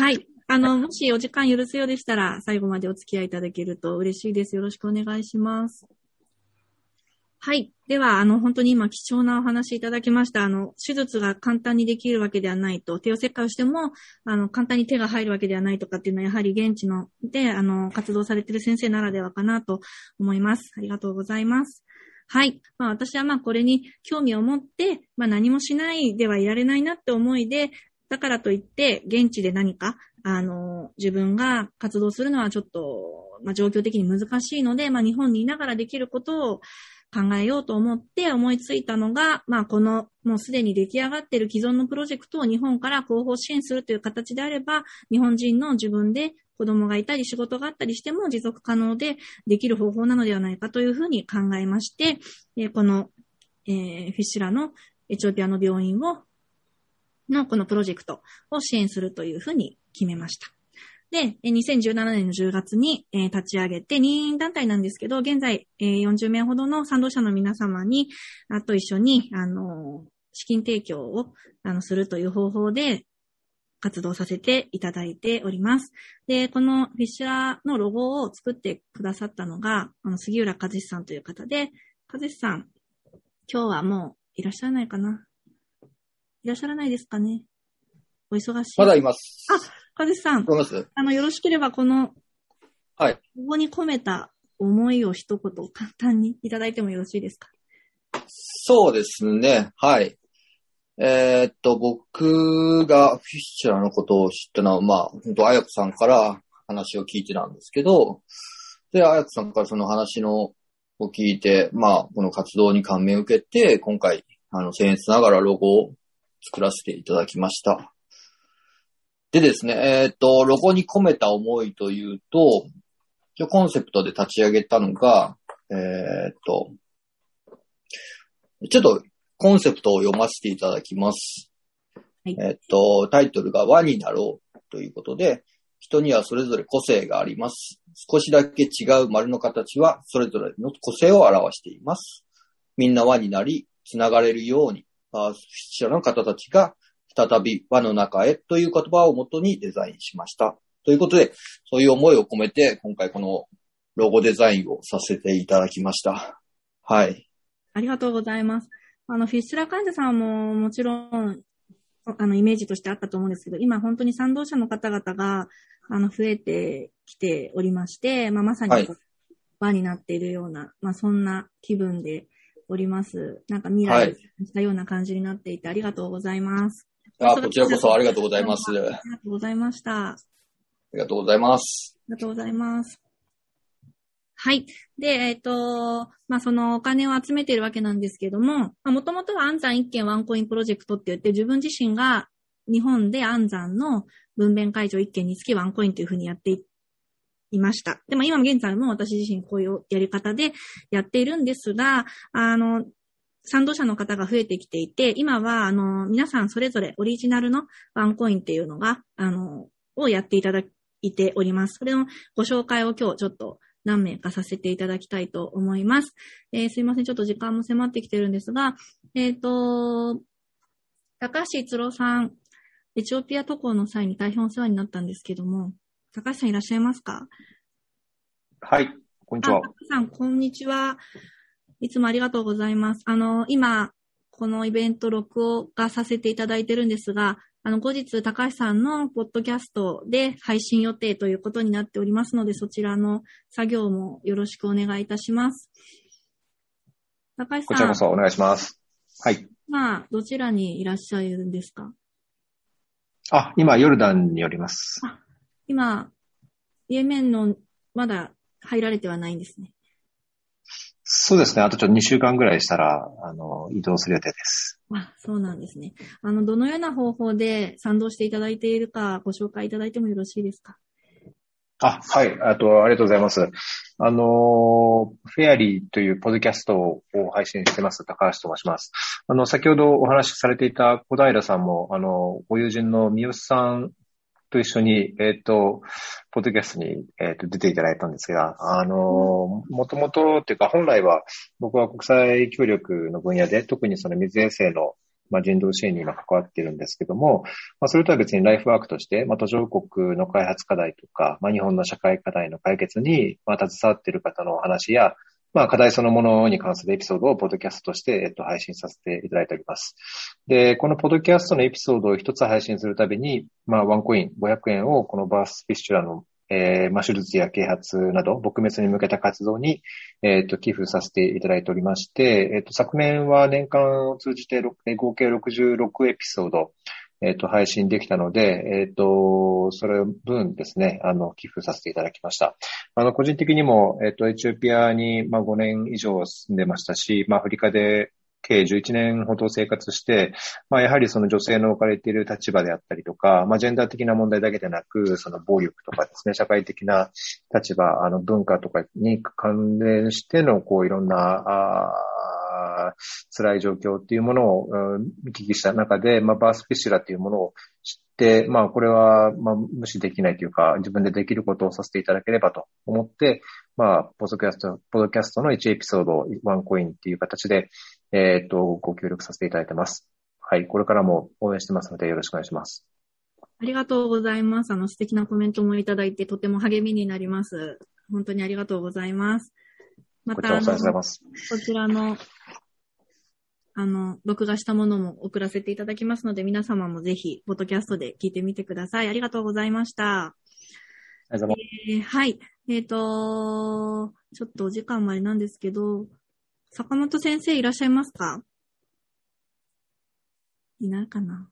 はい。あの、もしお時間許すようでしたら、最後までお付き合いいただけると嬉しいです。よろしくお願いします。はい。では、あの、本当に今貴重なお話いただきました。あの、手術が簡単にできるわけではないと、帝王切開をしても、あの、簡単に手が入るわけではないとかっていうのは、やはり現地の、で、あの、活動されている先生ならではかなと思います。ありがとうございます。はい。まあ、私はまあ、これに興味を持って、まあ、何もしないではいられないなって思いで、だからといって、現地で何か、あの、自分が活動するのはちょっと、まあ、状況的に難しいので、まあ、日本にいながらできることを考えようと思って思いついたのが、まあ、この、もうすでに出来上がっている既存のプロジェクトを日本から後方支援するという形であれば、日本人の自分で子供がいたり仕事があったりしても持続可能でできる方法なのではないかというふうに考えまして、この、えー、フィッシュラのエチオピアの病院をのこのプロジェクトを支援するというふうに決めました。で、にせんじゅうななねんのじゅうがつに、えー、立ち上げて、任意団体なんですけど、現在、えー、よんじゅうめいほどの賛同者の皆様に、あと一緒に、あの、資金提供をあのするという方法で活動させていただいております。で、このフィッシュラーのロゴを作ってくださったのが、あの杉浦和志さんという方で、和志さん、今日はもういらっしゃらないかないらっしゃらないですかね。お忙しい。 まだいます。 あ、和志さん。あの、よろしければこの、 はい。 ここに込めた思いを一言簡単にいただいてもよろしいですか。 そうですね。はい。えー、っと、僕がフィッシュラーのことを知ったのは、まあ、本当、あやこさんから話を聞いてたんですけど、で、あやこさんからその話のを聞いて、まあ、この活動に感銘を受けて、今回、あの、僭越ながらロゴを作らせていただきました。でですね、えー、っと、ロゴに込めた思いというと、コンセプトで立ち上げたのが、えー、っと、ちょっとコンセプトを読ませていただきます。はい、えー、っと、タイトルが輪になろうということで、人にはそれぞれ個性があります。少しだけ違う丸の形はそれぞれの個性を表しています。みんな輪になり、つながれるように、フィッシュラーの方たちが再び輪の中へという言葉をもとにデザインしました。ということで、そういう思いを込めて、今回このロゴデザインをさせていただきました。はい。 ありがとうございます。あの、フィッシュラー患者さんももちろん、あの、イメージとしてあったと思うんですけど、今本当に賛同者の方々が、あの、増えてきておりまして、まあ、まさに、はい、輪になっているような、まあ、そんな気分でおります。なんか未来にしたような感じになっていて、ありがとうございます。 あ、こちらこそありがとうございます。 ありがとうございました。 ありがとうございます。 ありがとうございます。はい。で、えっと、まあ、そのお金を集めているわけなんですけども、もともとは安産一軒ワンコインプロジェクトって言って、自分自身が日本で安産の分娩会場一軒につきワンコインというふうにやっていました。でも今現在も私自身こういうやり方でやっているんですが、あの、賛同者の方が増えてきていて、今は、あの、皆さんそれぞれオリジナルのワンコインっていうのが、あの、をやっていただいております。それのご紹介を今日ちょっと何名かさせていただきたいと思います。えー、すいません。ちょっと時間も迫ってきてるんですが、えっと、高橋一郎さん、エチオピア渡航の際に大変お世話になったんですけども、高橋さんいらっしゃいますか？ はい、こんにちは。 高橋さん、こんにちは。いつもありがとうございます。あの、今、このイベント録画させていただいてるんですが、あの、後日、高橋さんのポッドキャストで配信予定ということになっておりますので、そちらの作業もよろしくお願いいたします。高橋さん。 こちらこそお願いします。はい。 今、どちらにいらっしゃるんですか？ あ、今、ヨルダンにおります。 あ、今、イエメンの、まだ入られてはないんですね。 そうですね。あとちょっとにしゅうかんぐらいしたら、あの、移動する予定です。 あ、そうなんですね。あの、どのような方法で賛同していただいているかご紹介いただいてもよろしいですか？ あ、はい。あと、ありがとうございます。あの、フェアリーというポッドキャストを配信してます、高橋と申します。あの、先ほどお話しされていた小平さんも、あの、ご友人の三好さんと一緒に、えっと、ポッドキャストに、えっと、出ていただいたんですが、あの、もともとっていうか、本来は僕は国際協力の分野で、特にその水衛生の、まあ、人道支援に今関わっているんですけども、まあ、それとは別にライフワークとして、まあ、途上国の開発課題とか、まあ、日本の社会課題の解決に、まあ、携わっている方の話や、まあ、課題そのものに関するエピソードをポッドキャストとして、えっと、配信させていただいております。で、このポッドキャストのエピソードを一つ配信するたびに、まあ、ワンコインごひゃくえんをこのバースフィッシュラの、えー、まあ、手術や啓発など、撲滅に向けた活動に、えっと、寄付させていただいておりまして、えっと、昨年は年間を通じて合計ろくじゅうろくエピソード、えっと、配信できたので、えっと、それ分ですね、あの、寄付させていただきました。あの、個人的にも、えっと、エチオピアに、まあ、ごねん以上住んでましたし、まあ、アフリカで計じゅういちねんほど生活して、まあ、やはりその女性の置かれている立場であったりとか、まあ、ジェンダー的な問題だけでなく、その暴力とかですね、社会的な立場、あの、文化とかに関連しての、こう、いろんな、ああ辛い状況っていうものを、うん、見聞きした中で、まあ、バースフィッシュラっていうものを知って、まあ、これは、まあ、無視できないというか、自分でできることをさせていただければと思って、まあ、ポッドキャスト、ポッドキャストのいちエピソード、ワンコインっていう形で、えっと、ご協力させていただいてます。はい。これからも応援してますので、よろしくお願いします。 ありがとうございます。あの、素敵なコメントもいただいて、とても励みになります。本当にありがとうございます。また、あの、こちらの、あの、録画したものも送らせていただきますので、皆様もぜひ、ポッドキャストで聞いてみてください。ありがとうございました。 ありがとうございます。 えー、はい。えっと、ちょっとお時間までなんですけど、坂本先生いらっしゃいますか？いないかな？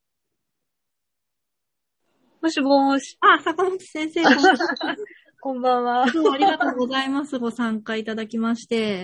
もしもーし。 あ、坂本先生。 こんばんは。 ありがとうございます。ご参加いただきまして。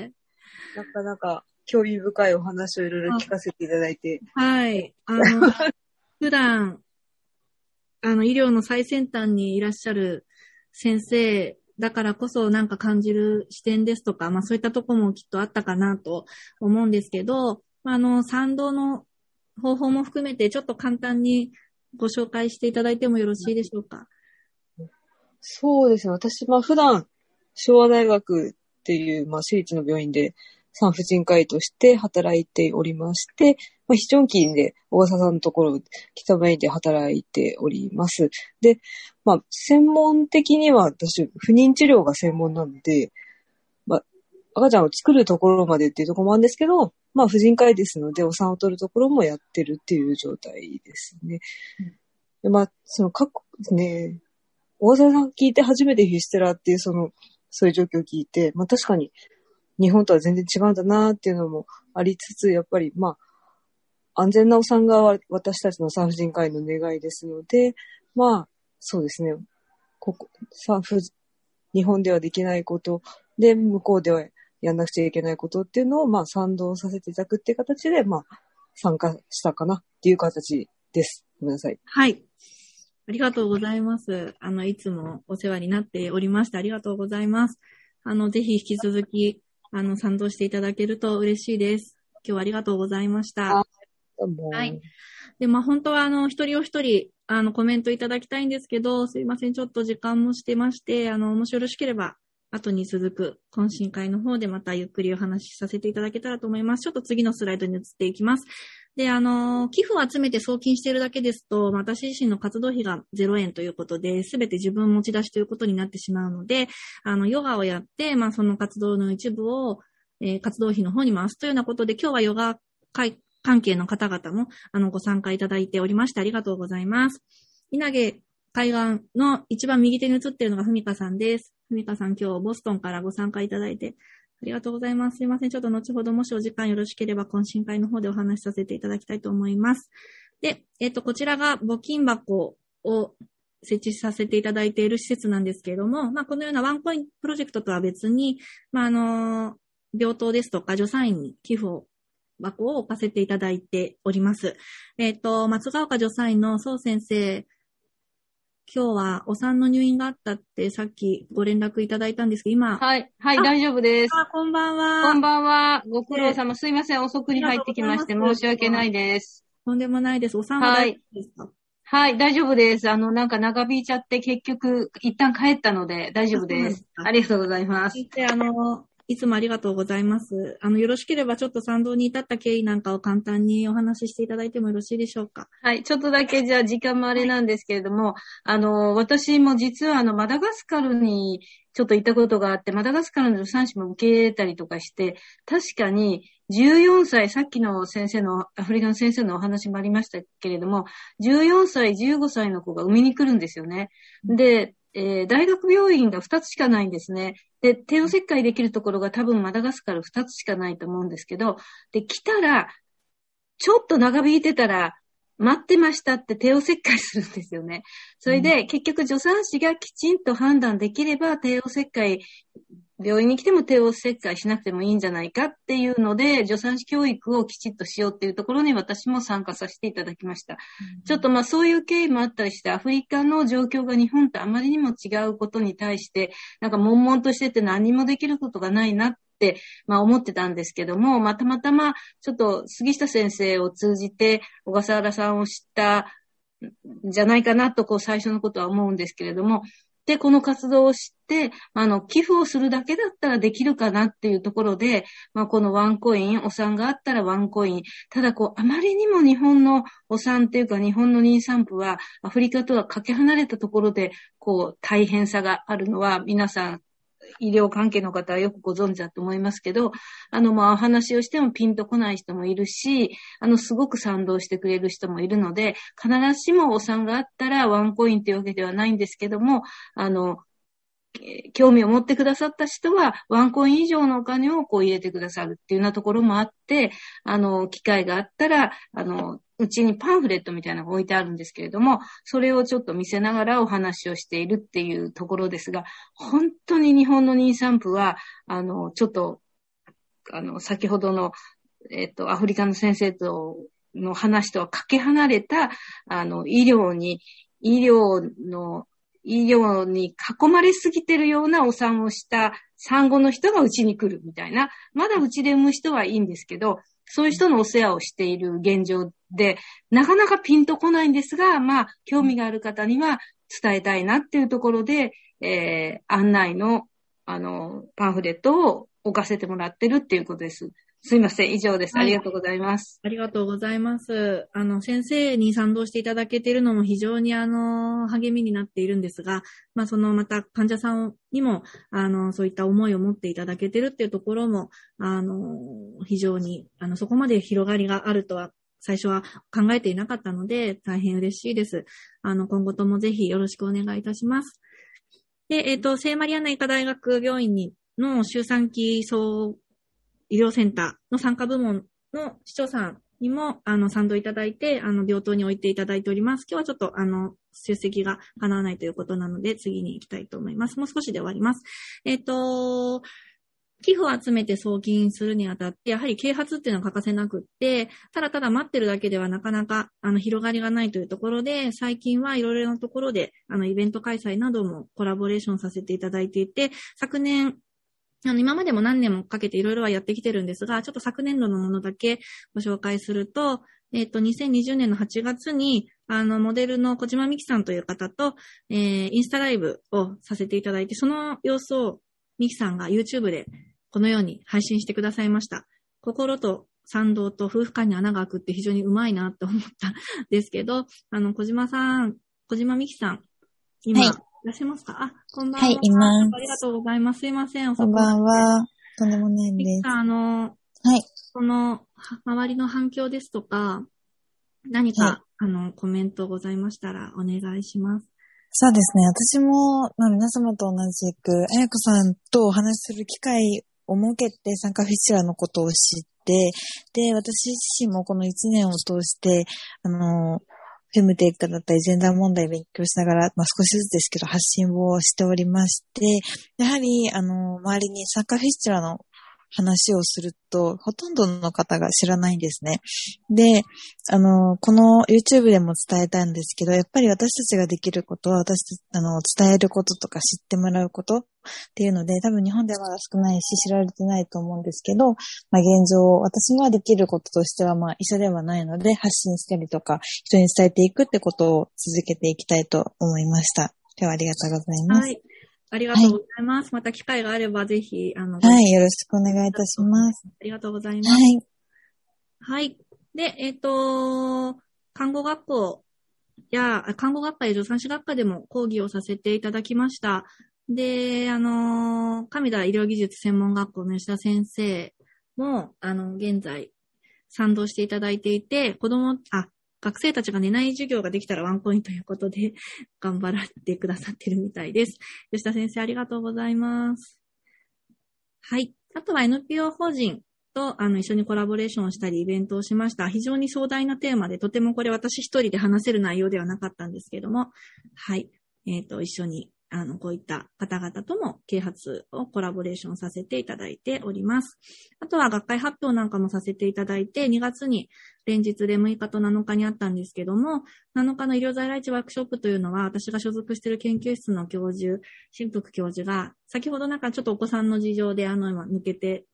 なかなか興味深いお話をいろいろ聞かせていただいて。 はい。あの、普段、あの、医療の最先端にいらっしゃる先生だからこそなんか感じる視点ですとか、まあそういったところもきっとあったかなと思うんですけど、あの、賛同の方法も含めてちょっと簡単にご紹介していただいてもよろしいでしょうか。 そうですね。私、まあ普段、昭和大学っていう、まあ私立の病院で産婦人科医として働いておりまして、まあ非常勤で小笠さんのところ、北前で働いております。で、まあ専門的には私、不妊治療が専門なので、まあ赤ちゃんを作るところまでっていうところもあるんですけど、まあ婦人科医ですので、お産を取るところもやってるっていう状態ですね。うん、でまあ、その各ね、大沢さん聞いて初めてフィステラっていうその、そういう状況を聞いて、まあ確かに日本とは全然違うんだなっていうのもありつつ、やっぱりまあ、安全なお産が私たちの産婦人科医の願いですので、まあ、そうですね、ここ、産婦、日本ではできないことで、向こうではやんなくちゃいけないことっていうのを、まあ賛同させていただくっていう形で、まあ、参加したかなっていう形です。ごめんなさい。 はい。ありがとうございます。あの、いつもお世話になっておりましてありがとうございます。あの、ぜひ引き続き、あの、賛同していただけると嬉しいです。今日はありがとうございました。はい。で、まあ、本当はあの、一人お一人、あの、コメントいただきたいんですけど、すいません、ちょっと時間もしてまして、あの、もしよろしければ、後に続く懇親会の方でまたゆっくりお話しさせていただけたらと思います。ちょっと次のスライドに移っていきます。で、あの、寄付を集めて送金しているだけですと、私自身の活動費がゼロえんということで、すべて自分持ち出しということになってしまうので、あの、ヨガをやって、まあ、その活動の一部を、えー、活動費の方に回すというようなことで、今日はヨガ会関係の方々も、あの、ご参加いただいておりまして、ありがとうございます。稲毛海岸の一番右手に映っているのがふみかさんです。ふみかさん、今日ボストンからご参加いただいて、ありがとうございます。すいません。ちょっと後ほどもしお時間よろしければ懇親会の方でお話しさせていただきたいと思います。で、えっと、こちらが募金箱を設置させていただいている施設なんですけれども、まあ、このようなワンコインプロジェクトとは別に、まあ、あの、病棟ですとか助産院に寄付を箱を置かせていただいております。えっと、松ヶ丘助産院の宋先生、今日はお産の入院があったってさっきご連絡いただいたんですけど、今。 はい、はい、大丈夫です。 あ、こんばんは。 こんばんは。ご苦労様。すいません。遅くに入ってきまして申し訳ないです。 とんでもないです。お産は大丈夫ですか？ はい、はい、大丈夫です。あの、なんか長引いちゃって結局一旦帰ったので大丈夫です。ありがとうございます。 で、あの、いつもありがとうございます。あの、よろしければちょっと賛同に至った経緯なんかを簡単にお話ししていただいてもよろしいでしょうか。 はい、ちょっとだけじゃあ時間もあれなんですけれども、あの、私も実はあの、マダガスカルにちょっと行ったことがあって、マダガスカルの助産師も受け入れたりとかして、確かにじゅうよんさい、さっきの先生の、アフリカの先生のお話もありましたけれども、じゅうよんさい、じゅうごさいの子が産みに来るんですよね。で、えー、大学病院がふたつしかないんですね。で、帝王切開できるところが多分マダガスカルふたつしかないと思うんですけど、で、来たら、ちょっと長引いてたら、待ってましたって帝王切開するんですよね。それで、うん、結局助産師がきちんと判断できれば、帝王切開、病院に来ても帝王切開しなくてもいいんじゃないかっていうので、助産師教育をきちっとしようっていうところに私も参加させていただきました。うん、ちょっとまあそういう経緯もあったりして、アフリカの状況が日本とあまりにも違うことに対して、なんか悶々としてて何もできることがないなって 、まあ思ってたんですけども、まあたまたまちょっと杉下先生を通じて小笠原さんを知ったんじゃないかなと、こう最初のことは思うんですけれども、で、この活動を知って、あの、寄付をするだけだったらできるかなっていうところで、まあ、このワンコイン、お産があったらワンコイン。ただ、こう、あまりにも日本のお産っていうか、日本の妊産婦は、アフリカとはかけ離れたところで、こう、大変さがあるのは、皆さん、医療関係の方はよくご存知だと思いますけど、あの、まあ、お話をしてもピンとこない人もいるし、あの、すごく賛同してくれる人もいるので、必ずしもお産があったらワンコインというわけではないんですけども、あの、興味を持ってくださった人は、ワンコイン以上のお金をこう入れてくださるっていうようなところもあって、あの、機会があったら、あの、うちにパンフレットみたいなのが置いてあるんですけれども、それをちょっと見せながらお話をしているっていうところですが、本当に日本の妊産婦は、あの、ちょっと、あの、先ほどの、えっと、アフリカの先生との話とはかけ離れた、あの、医療に、医療の、医療に囲まれすぎてるようなお産をした産後の人がうちに来るみたいな、まだうちで産む人はいいんですけど、そういう人のお世話をしている現状で、なかなかピンとこないんですが、まあ、興味がある方には伝えたいなっていうところで、えー、案内の、あの、パンフレットを置かせてもらってるっていうことです。すいません。以上です。ありがとうございます。 はい、ありがとうございます。あの、先生に賛同していただけているのも非常にあの、励みになっているんですが、まあ、そのまた患者さんにも、あの、そういった思いを持っていただけているっていうところも、あの、非常に、あの、そこまで広がりがあるとは、最初は考えていなかったので、大変嬉しいです。あの、今後ともぜひよろしくお願いいたします。で、えっと、聖マリアンナ医科大学病院にの周産期総医療センターの参加部門の市長さんにも、あの、賛同いただいて、あの、病棟に置いていただいております。今日はちょっと、あの、出席が叶わないということなので、次に行きたいと思います。もう少しで終わります。えっと、寄付を集めて送金するにあたって、やはり啓発っていうのは欠かせなくって、ただただ待ってるだけではなかなか、あの、広がりがないというところで、最近はいろいろなところで、あの、イベント開催などもコラボレーションさせていただいていて、昨年、あの、今までも何年もかけていろいろはやってきてるんですが、ちょっと昨年度のものだけご紹介すると、えっと、にせんにじゅうねんのはちがつに、あの、モデルの小島美希さんという方と、えー、インスタライブをさせていただいて、その様子を美希さんが YouTube でこのように配信してくださいました。心と賛同と夫婦間に穴が開くって非常にうまいなと思ったんですけど、あの、小島さん、小島美希さん、今、はいいらっしゃいますか？あ、こんばんは。 はい、います。 ありがとうございます。すいません。 こんばんは。とんでもないです。 あの、 はい。 この、周りの反響ですとか、何か、はい、あの、コメントございましたらお願いします。 そうですね。私も、まあ、皆様と同じく、あやこさんとお話しする機会を設けて、酸化フィッシュラーのことを知って、で、私自身もこのいちねんを通して、あの、フェムテックだったり、ジェンダー問題を勉強しながら、まあ、少しずつですけど、発信をしておりまして、やはり、あの、周りに酸化フィスチュラの話をすると、ほとんどの方が知らないんですね。で、あの、この YouTube でも伝えたんですけど、やっぱり私たちができることは、私たち、あの、伝えることとか知ってもらうことっていうので、多分日本ではまだ少ないし、知られてないと思うんですけど、まあ現状、私ができることとしては、まあ医者ではないので、発信したりとか、人に伝えていくってことを続けていきたいと思いました。ではありがとうございます。はい。 ありがとうございます。はい、また機会があればぜひ、あの、 はい、よろしくお願いいたします。 ありがとうございます。 はい。 はい。で、えっと、看護学校や、看護学科や助産師学科でも講義をさせていただきました。で、あの、上田医療技術専門学校の吉田先生も、あの、現在、賛同していただいていて、子供、あ、学生たちが寝ない授業ができたらワンコインということで頑張られてくださっているみたいです。吉田先生ありがとうございます。はい。あとは エヌピーオー 法人とあの一緒にコラボレーションをしたりイベントをしました。非常に壮大なテーマでとてもこれ私一人で話せる内容ではなかったんですけども、はい。えっと、一緒にあの、こういった方々とも啓発をコラボレーションさせていただいております。あとは学会発表なんかもさせていただいて、にがつに連日でむいかとなのかにあったんですけども、なのかの医療在来地ワークショップというのは、私が所属している研究室の教授、新福教授が、先ほどなんかちょっとお子さんの事情であの、今抜けて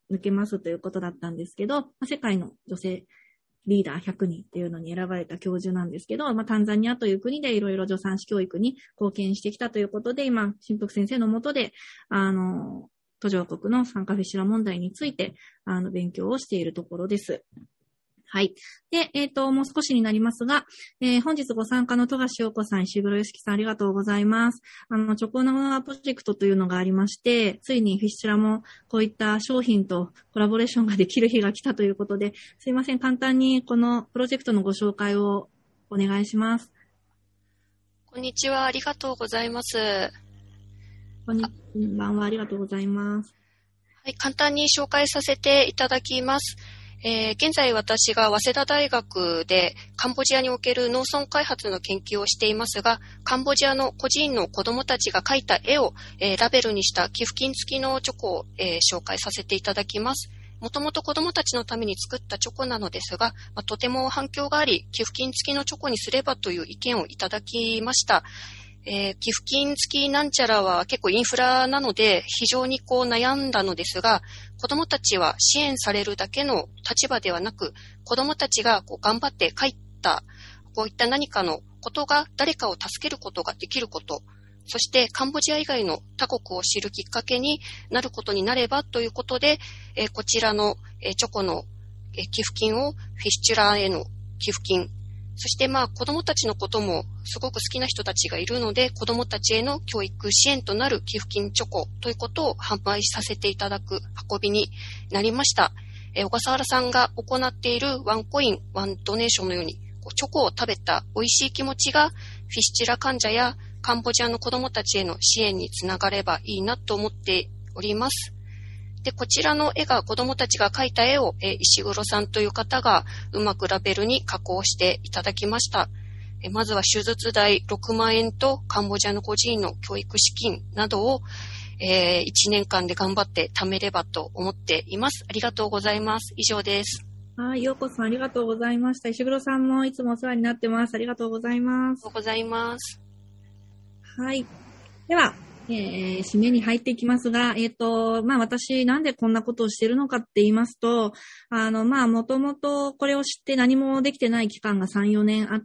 抜けますということだったんですけど、まあ、世界の女性リーダーひゃくにんっていうのに選ばれた教授なんですけど、まあ、タンザニアという国でいろいろ助産師教育に貢献してきたということで、今、新福先生の下で、あの、途上国の酸化フィッシュラ問題について、あの、勉強をしているところです。はい。で、えっと、もう少しになりますが、えー、本日ご参加の富樫陽子さん、石黒良樹さん、ありがとうございます。あの、チョコナガプロジェクトというのがありまして、ついにフィッシュラもこういった商品とコラボレーションができる日が来たということで、すいません、簡単にこのプロジェクトのご紹介をお願いします。 こんにちは、ありがとうございます。 こんにちは、ありがとうございます。 はい、簡単に紹介させていただきます。えー、現在私が早稲田大学でカンボジアにおける農村開発の研究をしていますが、カンボジアの個人の子どもたちが描いた絵を、えー、ラベルにした寄付金付きのチョコを、えー、紹介させていただきます。もともと子どもたちのために作ったチョコなのですが、まあ、とても反響があり、寄付金付きのチョコにすればという意見をいただきました。えー、寄付金付きなんちゃらは結構インフラなので非常にこう悩んだのですが、子どもたちは支援されるだけの立場ではなく、子どもたちがこう頑張って書いたこういった何かのことが誰かを助けることができること、そしてカンボジア以外の他国を知るきっかけになることになればということで、えー、こちらの、えー、チョコの、えー、寄付金をフィッシュラーへの寄付金、そしてまあ子どもたちのこともすごく好きな人たちがいるので、子どもたちへの教育支援となる寄付金チョコということを販売させていただく運びになりました。えー、小笠原さんが行っているワンコインワンドネーションのように、こうチョコを食べた美味しい気持ちがフィッシュラ患者やカンボジアの子どもたちへの支援につながればいいなと思っております。で、こちらの絵が子どもたちが描いた絵を、えー、石黒さんという方がうまくラベルに加工していただきました。えー、まずは手術代ろくまんえんとカンボジアの孤児院の教育資金などを、えー、いちねんかんで頑張って貯めればと思っています。ありがとうございます。以上です。 はい、ようこさんありがとうございました。石黒さんもいつもお世話になってます。ありがとうございます。 ありがとうございます。 はい。では、えー、締めに入っていきますが、えっと、まあ私なんでこんなことをしているのかって言いますと、あの、まあもともとこれを知って何もできてない期間がさん、よねんあって、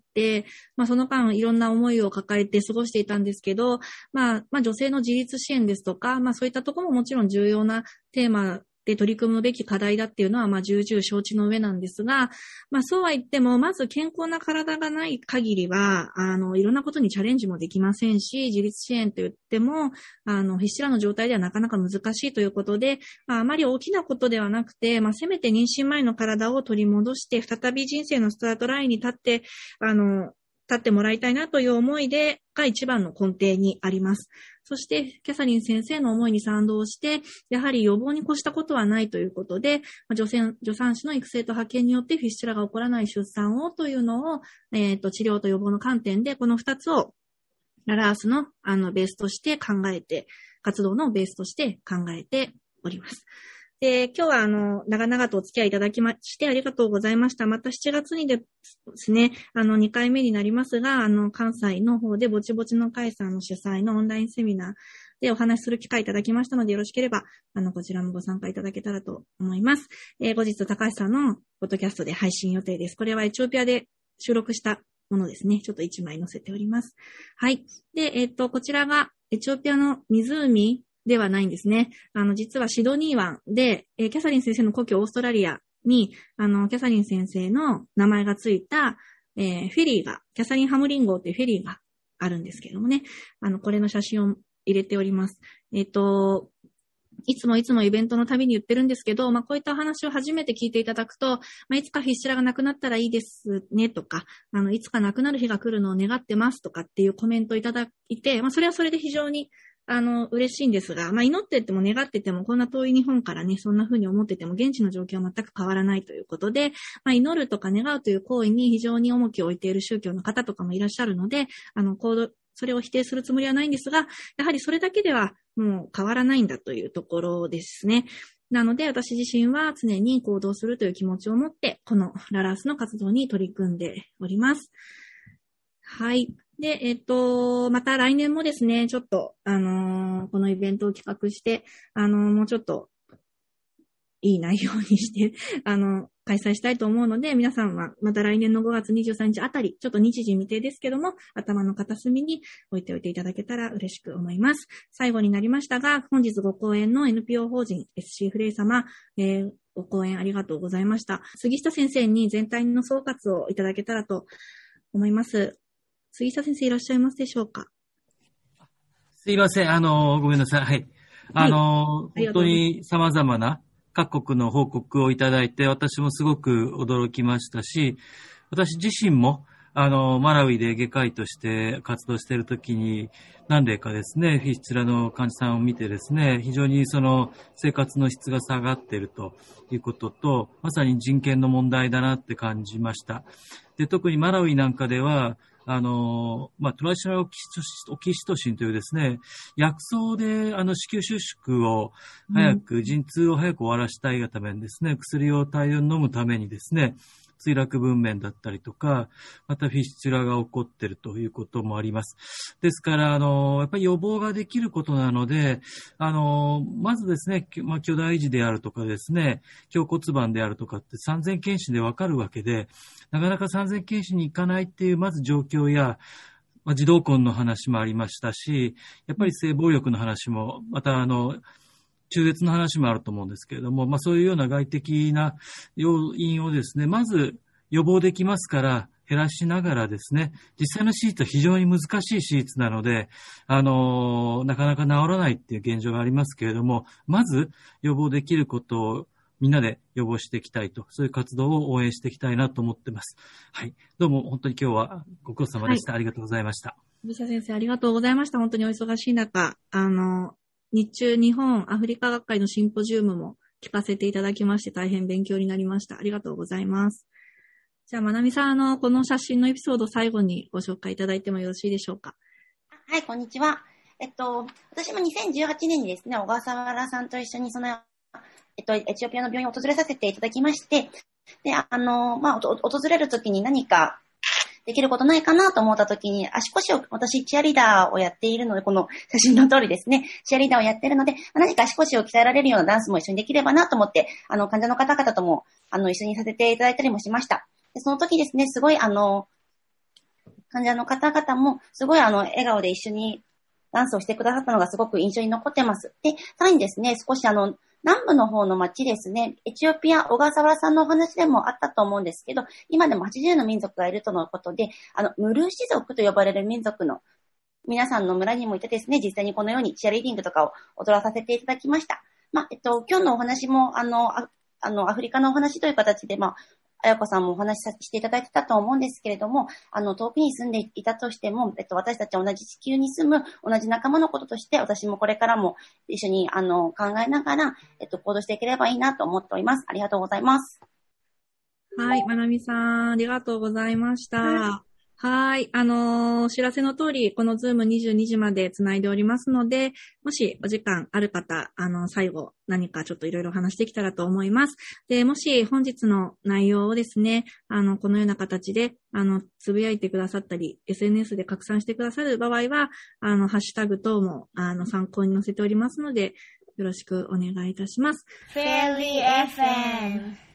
まあその間いろんな思いを抱えて過ごしていたんですけど、まあ、まあ女性の自立支援ですとか、まあそういったところももちろん重要なテーマで取り組むべき課題だっていうのは、まあ、重々承知の上なんですが、まあ、そうは言っても、まず健康な体がない限りは、あの、いろんなことにチャレンジもできませんし、自立支援と言っても、あの、フィッシュラの状態ではなかなか難しいということで、まあ、あまり大きなことではなくて、まあ、せめて妊娠前の体を取り戻して、再び人生のスタートラインに立って、あの、立ってもらいたいなという思いで、が一番の根底にあります。そして、キャサリン先生の思いに賛同して、やはり予防に越したことはないということで、女性、助産師の育成と派遣によってフィッシュラが起こらない出産をというのを、えっと、治療と予防の観点で、この二つを、ララースの、あの、ベースとして考えて、活動のベースとして考えております。で、今日はあの、長々とお付き合いいただきましてありがとうございました。またしちがつにですね、あの、にかいめになりますが、あの、関西の方でぼちぼちの会さんの主催のオンラインセミナーでお話しする機会いただきましたので、よろしければ、あの、こちらもご参加いただけたらと思います。えー、後日、高橋さんのポッドキャストで配信予定です。これはエチオピアで収録したものですね。ちょっといちまい載せております。はい。で、えっと、こちらがエチオピアの湖、ではないんですね。あの、実はシドニー湾で、えー、キャサリン先生の故郷オーストラリアに、あの、キャサリン先生の名前がついた、えー、フェリーが、キャサリンハムリン号というフェリーがあるんですけれどもね。あの、これの写真を入れております。えっと、いつもいつもイベントのたびに言ってるんですけど、まあ、こういったお話を初めて聞いていただくと、まあ、いつかフィッシュラがなくなったらいいですねとか、あの、いつかなくなる日が来るのを願ってますとかっていうコメントをいただいて、まあ、それはそれで非常にあの、嬉しいんですが、まあ、祈ってても願ってても、こんな遠い日本からね、そんな風に思ってても、現地の状況は全く変わらないということで、まあ、祈るとか願うという行為に非常に重きを置いている宗教の方とかもいらっしゃるので、あの、行動、それを否定するつもりはないんですが、やはりそれだけではもう変わらないんだというところですね。なので、私自身は常に行動するという気持ちを持って、このララースの活動に取り組んでおります。はい。で、えっと、また来年もですね、ちょっと、あのー、このイベントを企画して、あのー、もうちょっと、 いい内容にして、あの、開催したいと思うので、皆さんはまた来年のごがつにじゅうさんにちあたり、ちょっと日時未定ですけども、頭の片隅に置いておいていただけたら嬉しく思います。最後になりましたが、本日ご講演の エヌピーオー 法人 エスシー フレイ様、えー、ご講演ありがとうございました。杉下先生に全体の総括をいただけたらと思います。杉下先生いらっしゃいますでしょうか？ すいません、あの、ごめんなさい。はい。あの、はい、本当に様々な各国の報告をいただいて、私もすごく驚きましたし、私自身も、あの、マラウイで外科医として活動しているときに、何例かですね、フィスチュラの患者さんを見てですね、非常にその生活の質が下がっているということと、まさに人権の問題だなって感じました。で、特にマラウイなんかでは、あの、まあ、トライショナルオキシトシンというですね、薬草で、あの、子宮収縮を早く、うん、陣痛を早く終わらしたいがためにですね、薬を大量に飲むためにですね、墜落分娩だったりとか、またフィスチュラが起こっているということもあります。ですから、あの、やっぱり予防ができることなので、あの、まずですね、まあ、巨大児であるとかですね、胸骨板であるとかって産前検診でわかるわけで、なかなか産前検診に行かないっていう、まず状況や、まあ、児童婚の話もありましたし、やっぱり性暴力の話も、またあの、中絶の話もあると思うんですけれども、まあそういうような外的な要因をですね、まず予防できますから減らしながらですね、実際の手術は非常に難しい手術なので、あの、なかなか治らないっていう現状がありますけれども、まず予防できることをみんなで予防していきたいと、そういう活動を応援していきたいなと思ってます。はい。どうも本当に今日はご苦労様でした。はい、ありがとうございました。 藤田先生ありがとうございました。本当にお忙しい中、あの、日中日本アフリカ学会のシンポジウムも聞かせていただきまして大変勉強になりました。ありがとうございます。じゃあ、まなみさん、あの、この写真のエピソード最後にご紹介いただいてもよろしいでしょうか。 はい、こんにちは。えっと、私もにせんじゅうはちねんにですね、小笠原さんと一緒にその、えっと、エチオピアの病院を訪れさせていただきまして、で、あの、まあ、訪れるときに何か、できることないかなと思ったときに、足腰を、私、チアリーダーをやっているので、この写真の通りですね、チアリーダーをやっているので、何か足腰を鍛えられるようなダンスも一緒にできればなと思って、あの、患者の方々とも、あの、一緒にさせていただいたりもしました。で、その時ですね、すごい、あの、患者の方々も、すごい、あの、笑顔で一緒にダンスをしてくださったのがすごく印象に残ってます。で、さらにですね、少しあの、南部の方の町ですね、エチオピア、小笠原さんのお話でもあったと思うんですけど、今でもはちじゅうの民族がいるとのことで、あの、ムルーシ族と呼ばれる民族の皆さんの村にもいてですね、実際にこのようにチアリーディングとかを踊らさせていただきました。まあ、えっと、今日のお話も、あの、あ, あの、アフリカのお話という形で、まあ、あやこさんもお話ししていただいてたと思うんですけれども、あの、遠くに住んでいたとしても、えっと、私たちは同じ地球に住む同じ仲間のこととして、私もこれからも一緒に、あの、考えながら、えっと、行動していければいいなと思っております。ありがとうございます。 はい、まなみさん、ありがとうございました。はいはい。あのー、お知らせの通り、このズームにじゅうにじまでつないでおりますので、もしお時間ある方、あの、最後何かちょっといろいろ話してきたらと思います。で、もし本日の内容をですね、あの、このような形で、あの、つぶやいてくださったり、エスエヌエス で拡散してくださる場合は、あの、ハッシュタグ等も、あの、参考に載せておりますので、よろしくお願いいたします。 フェリー エフエム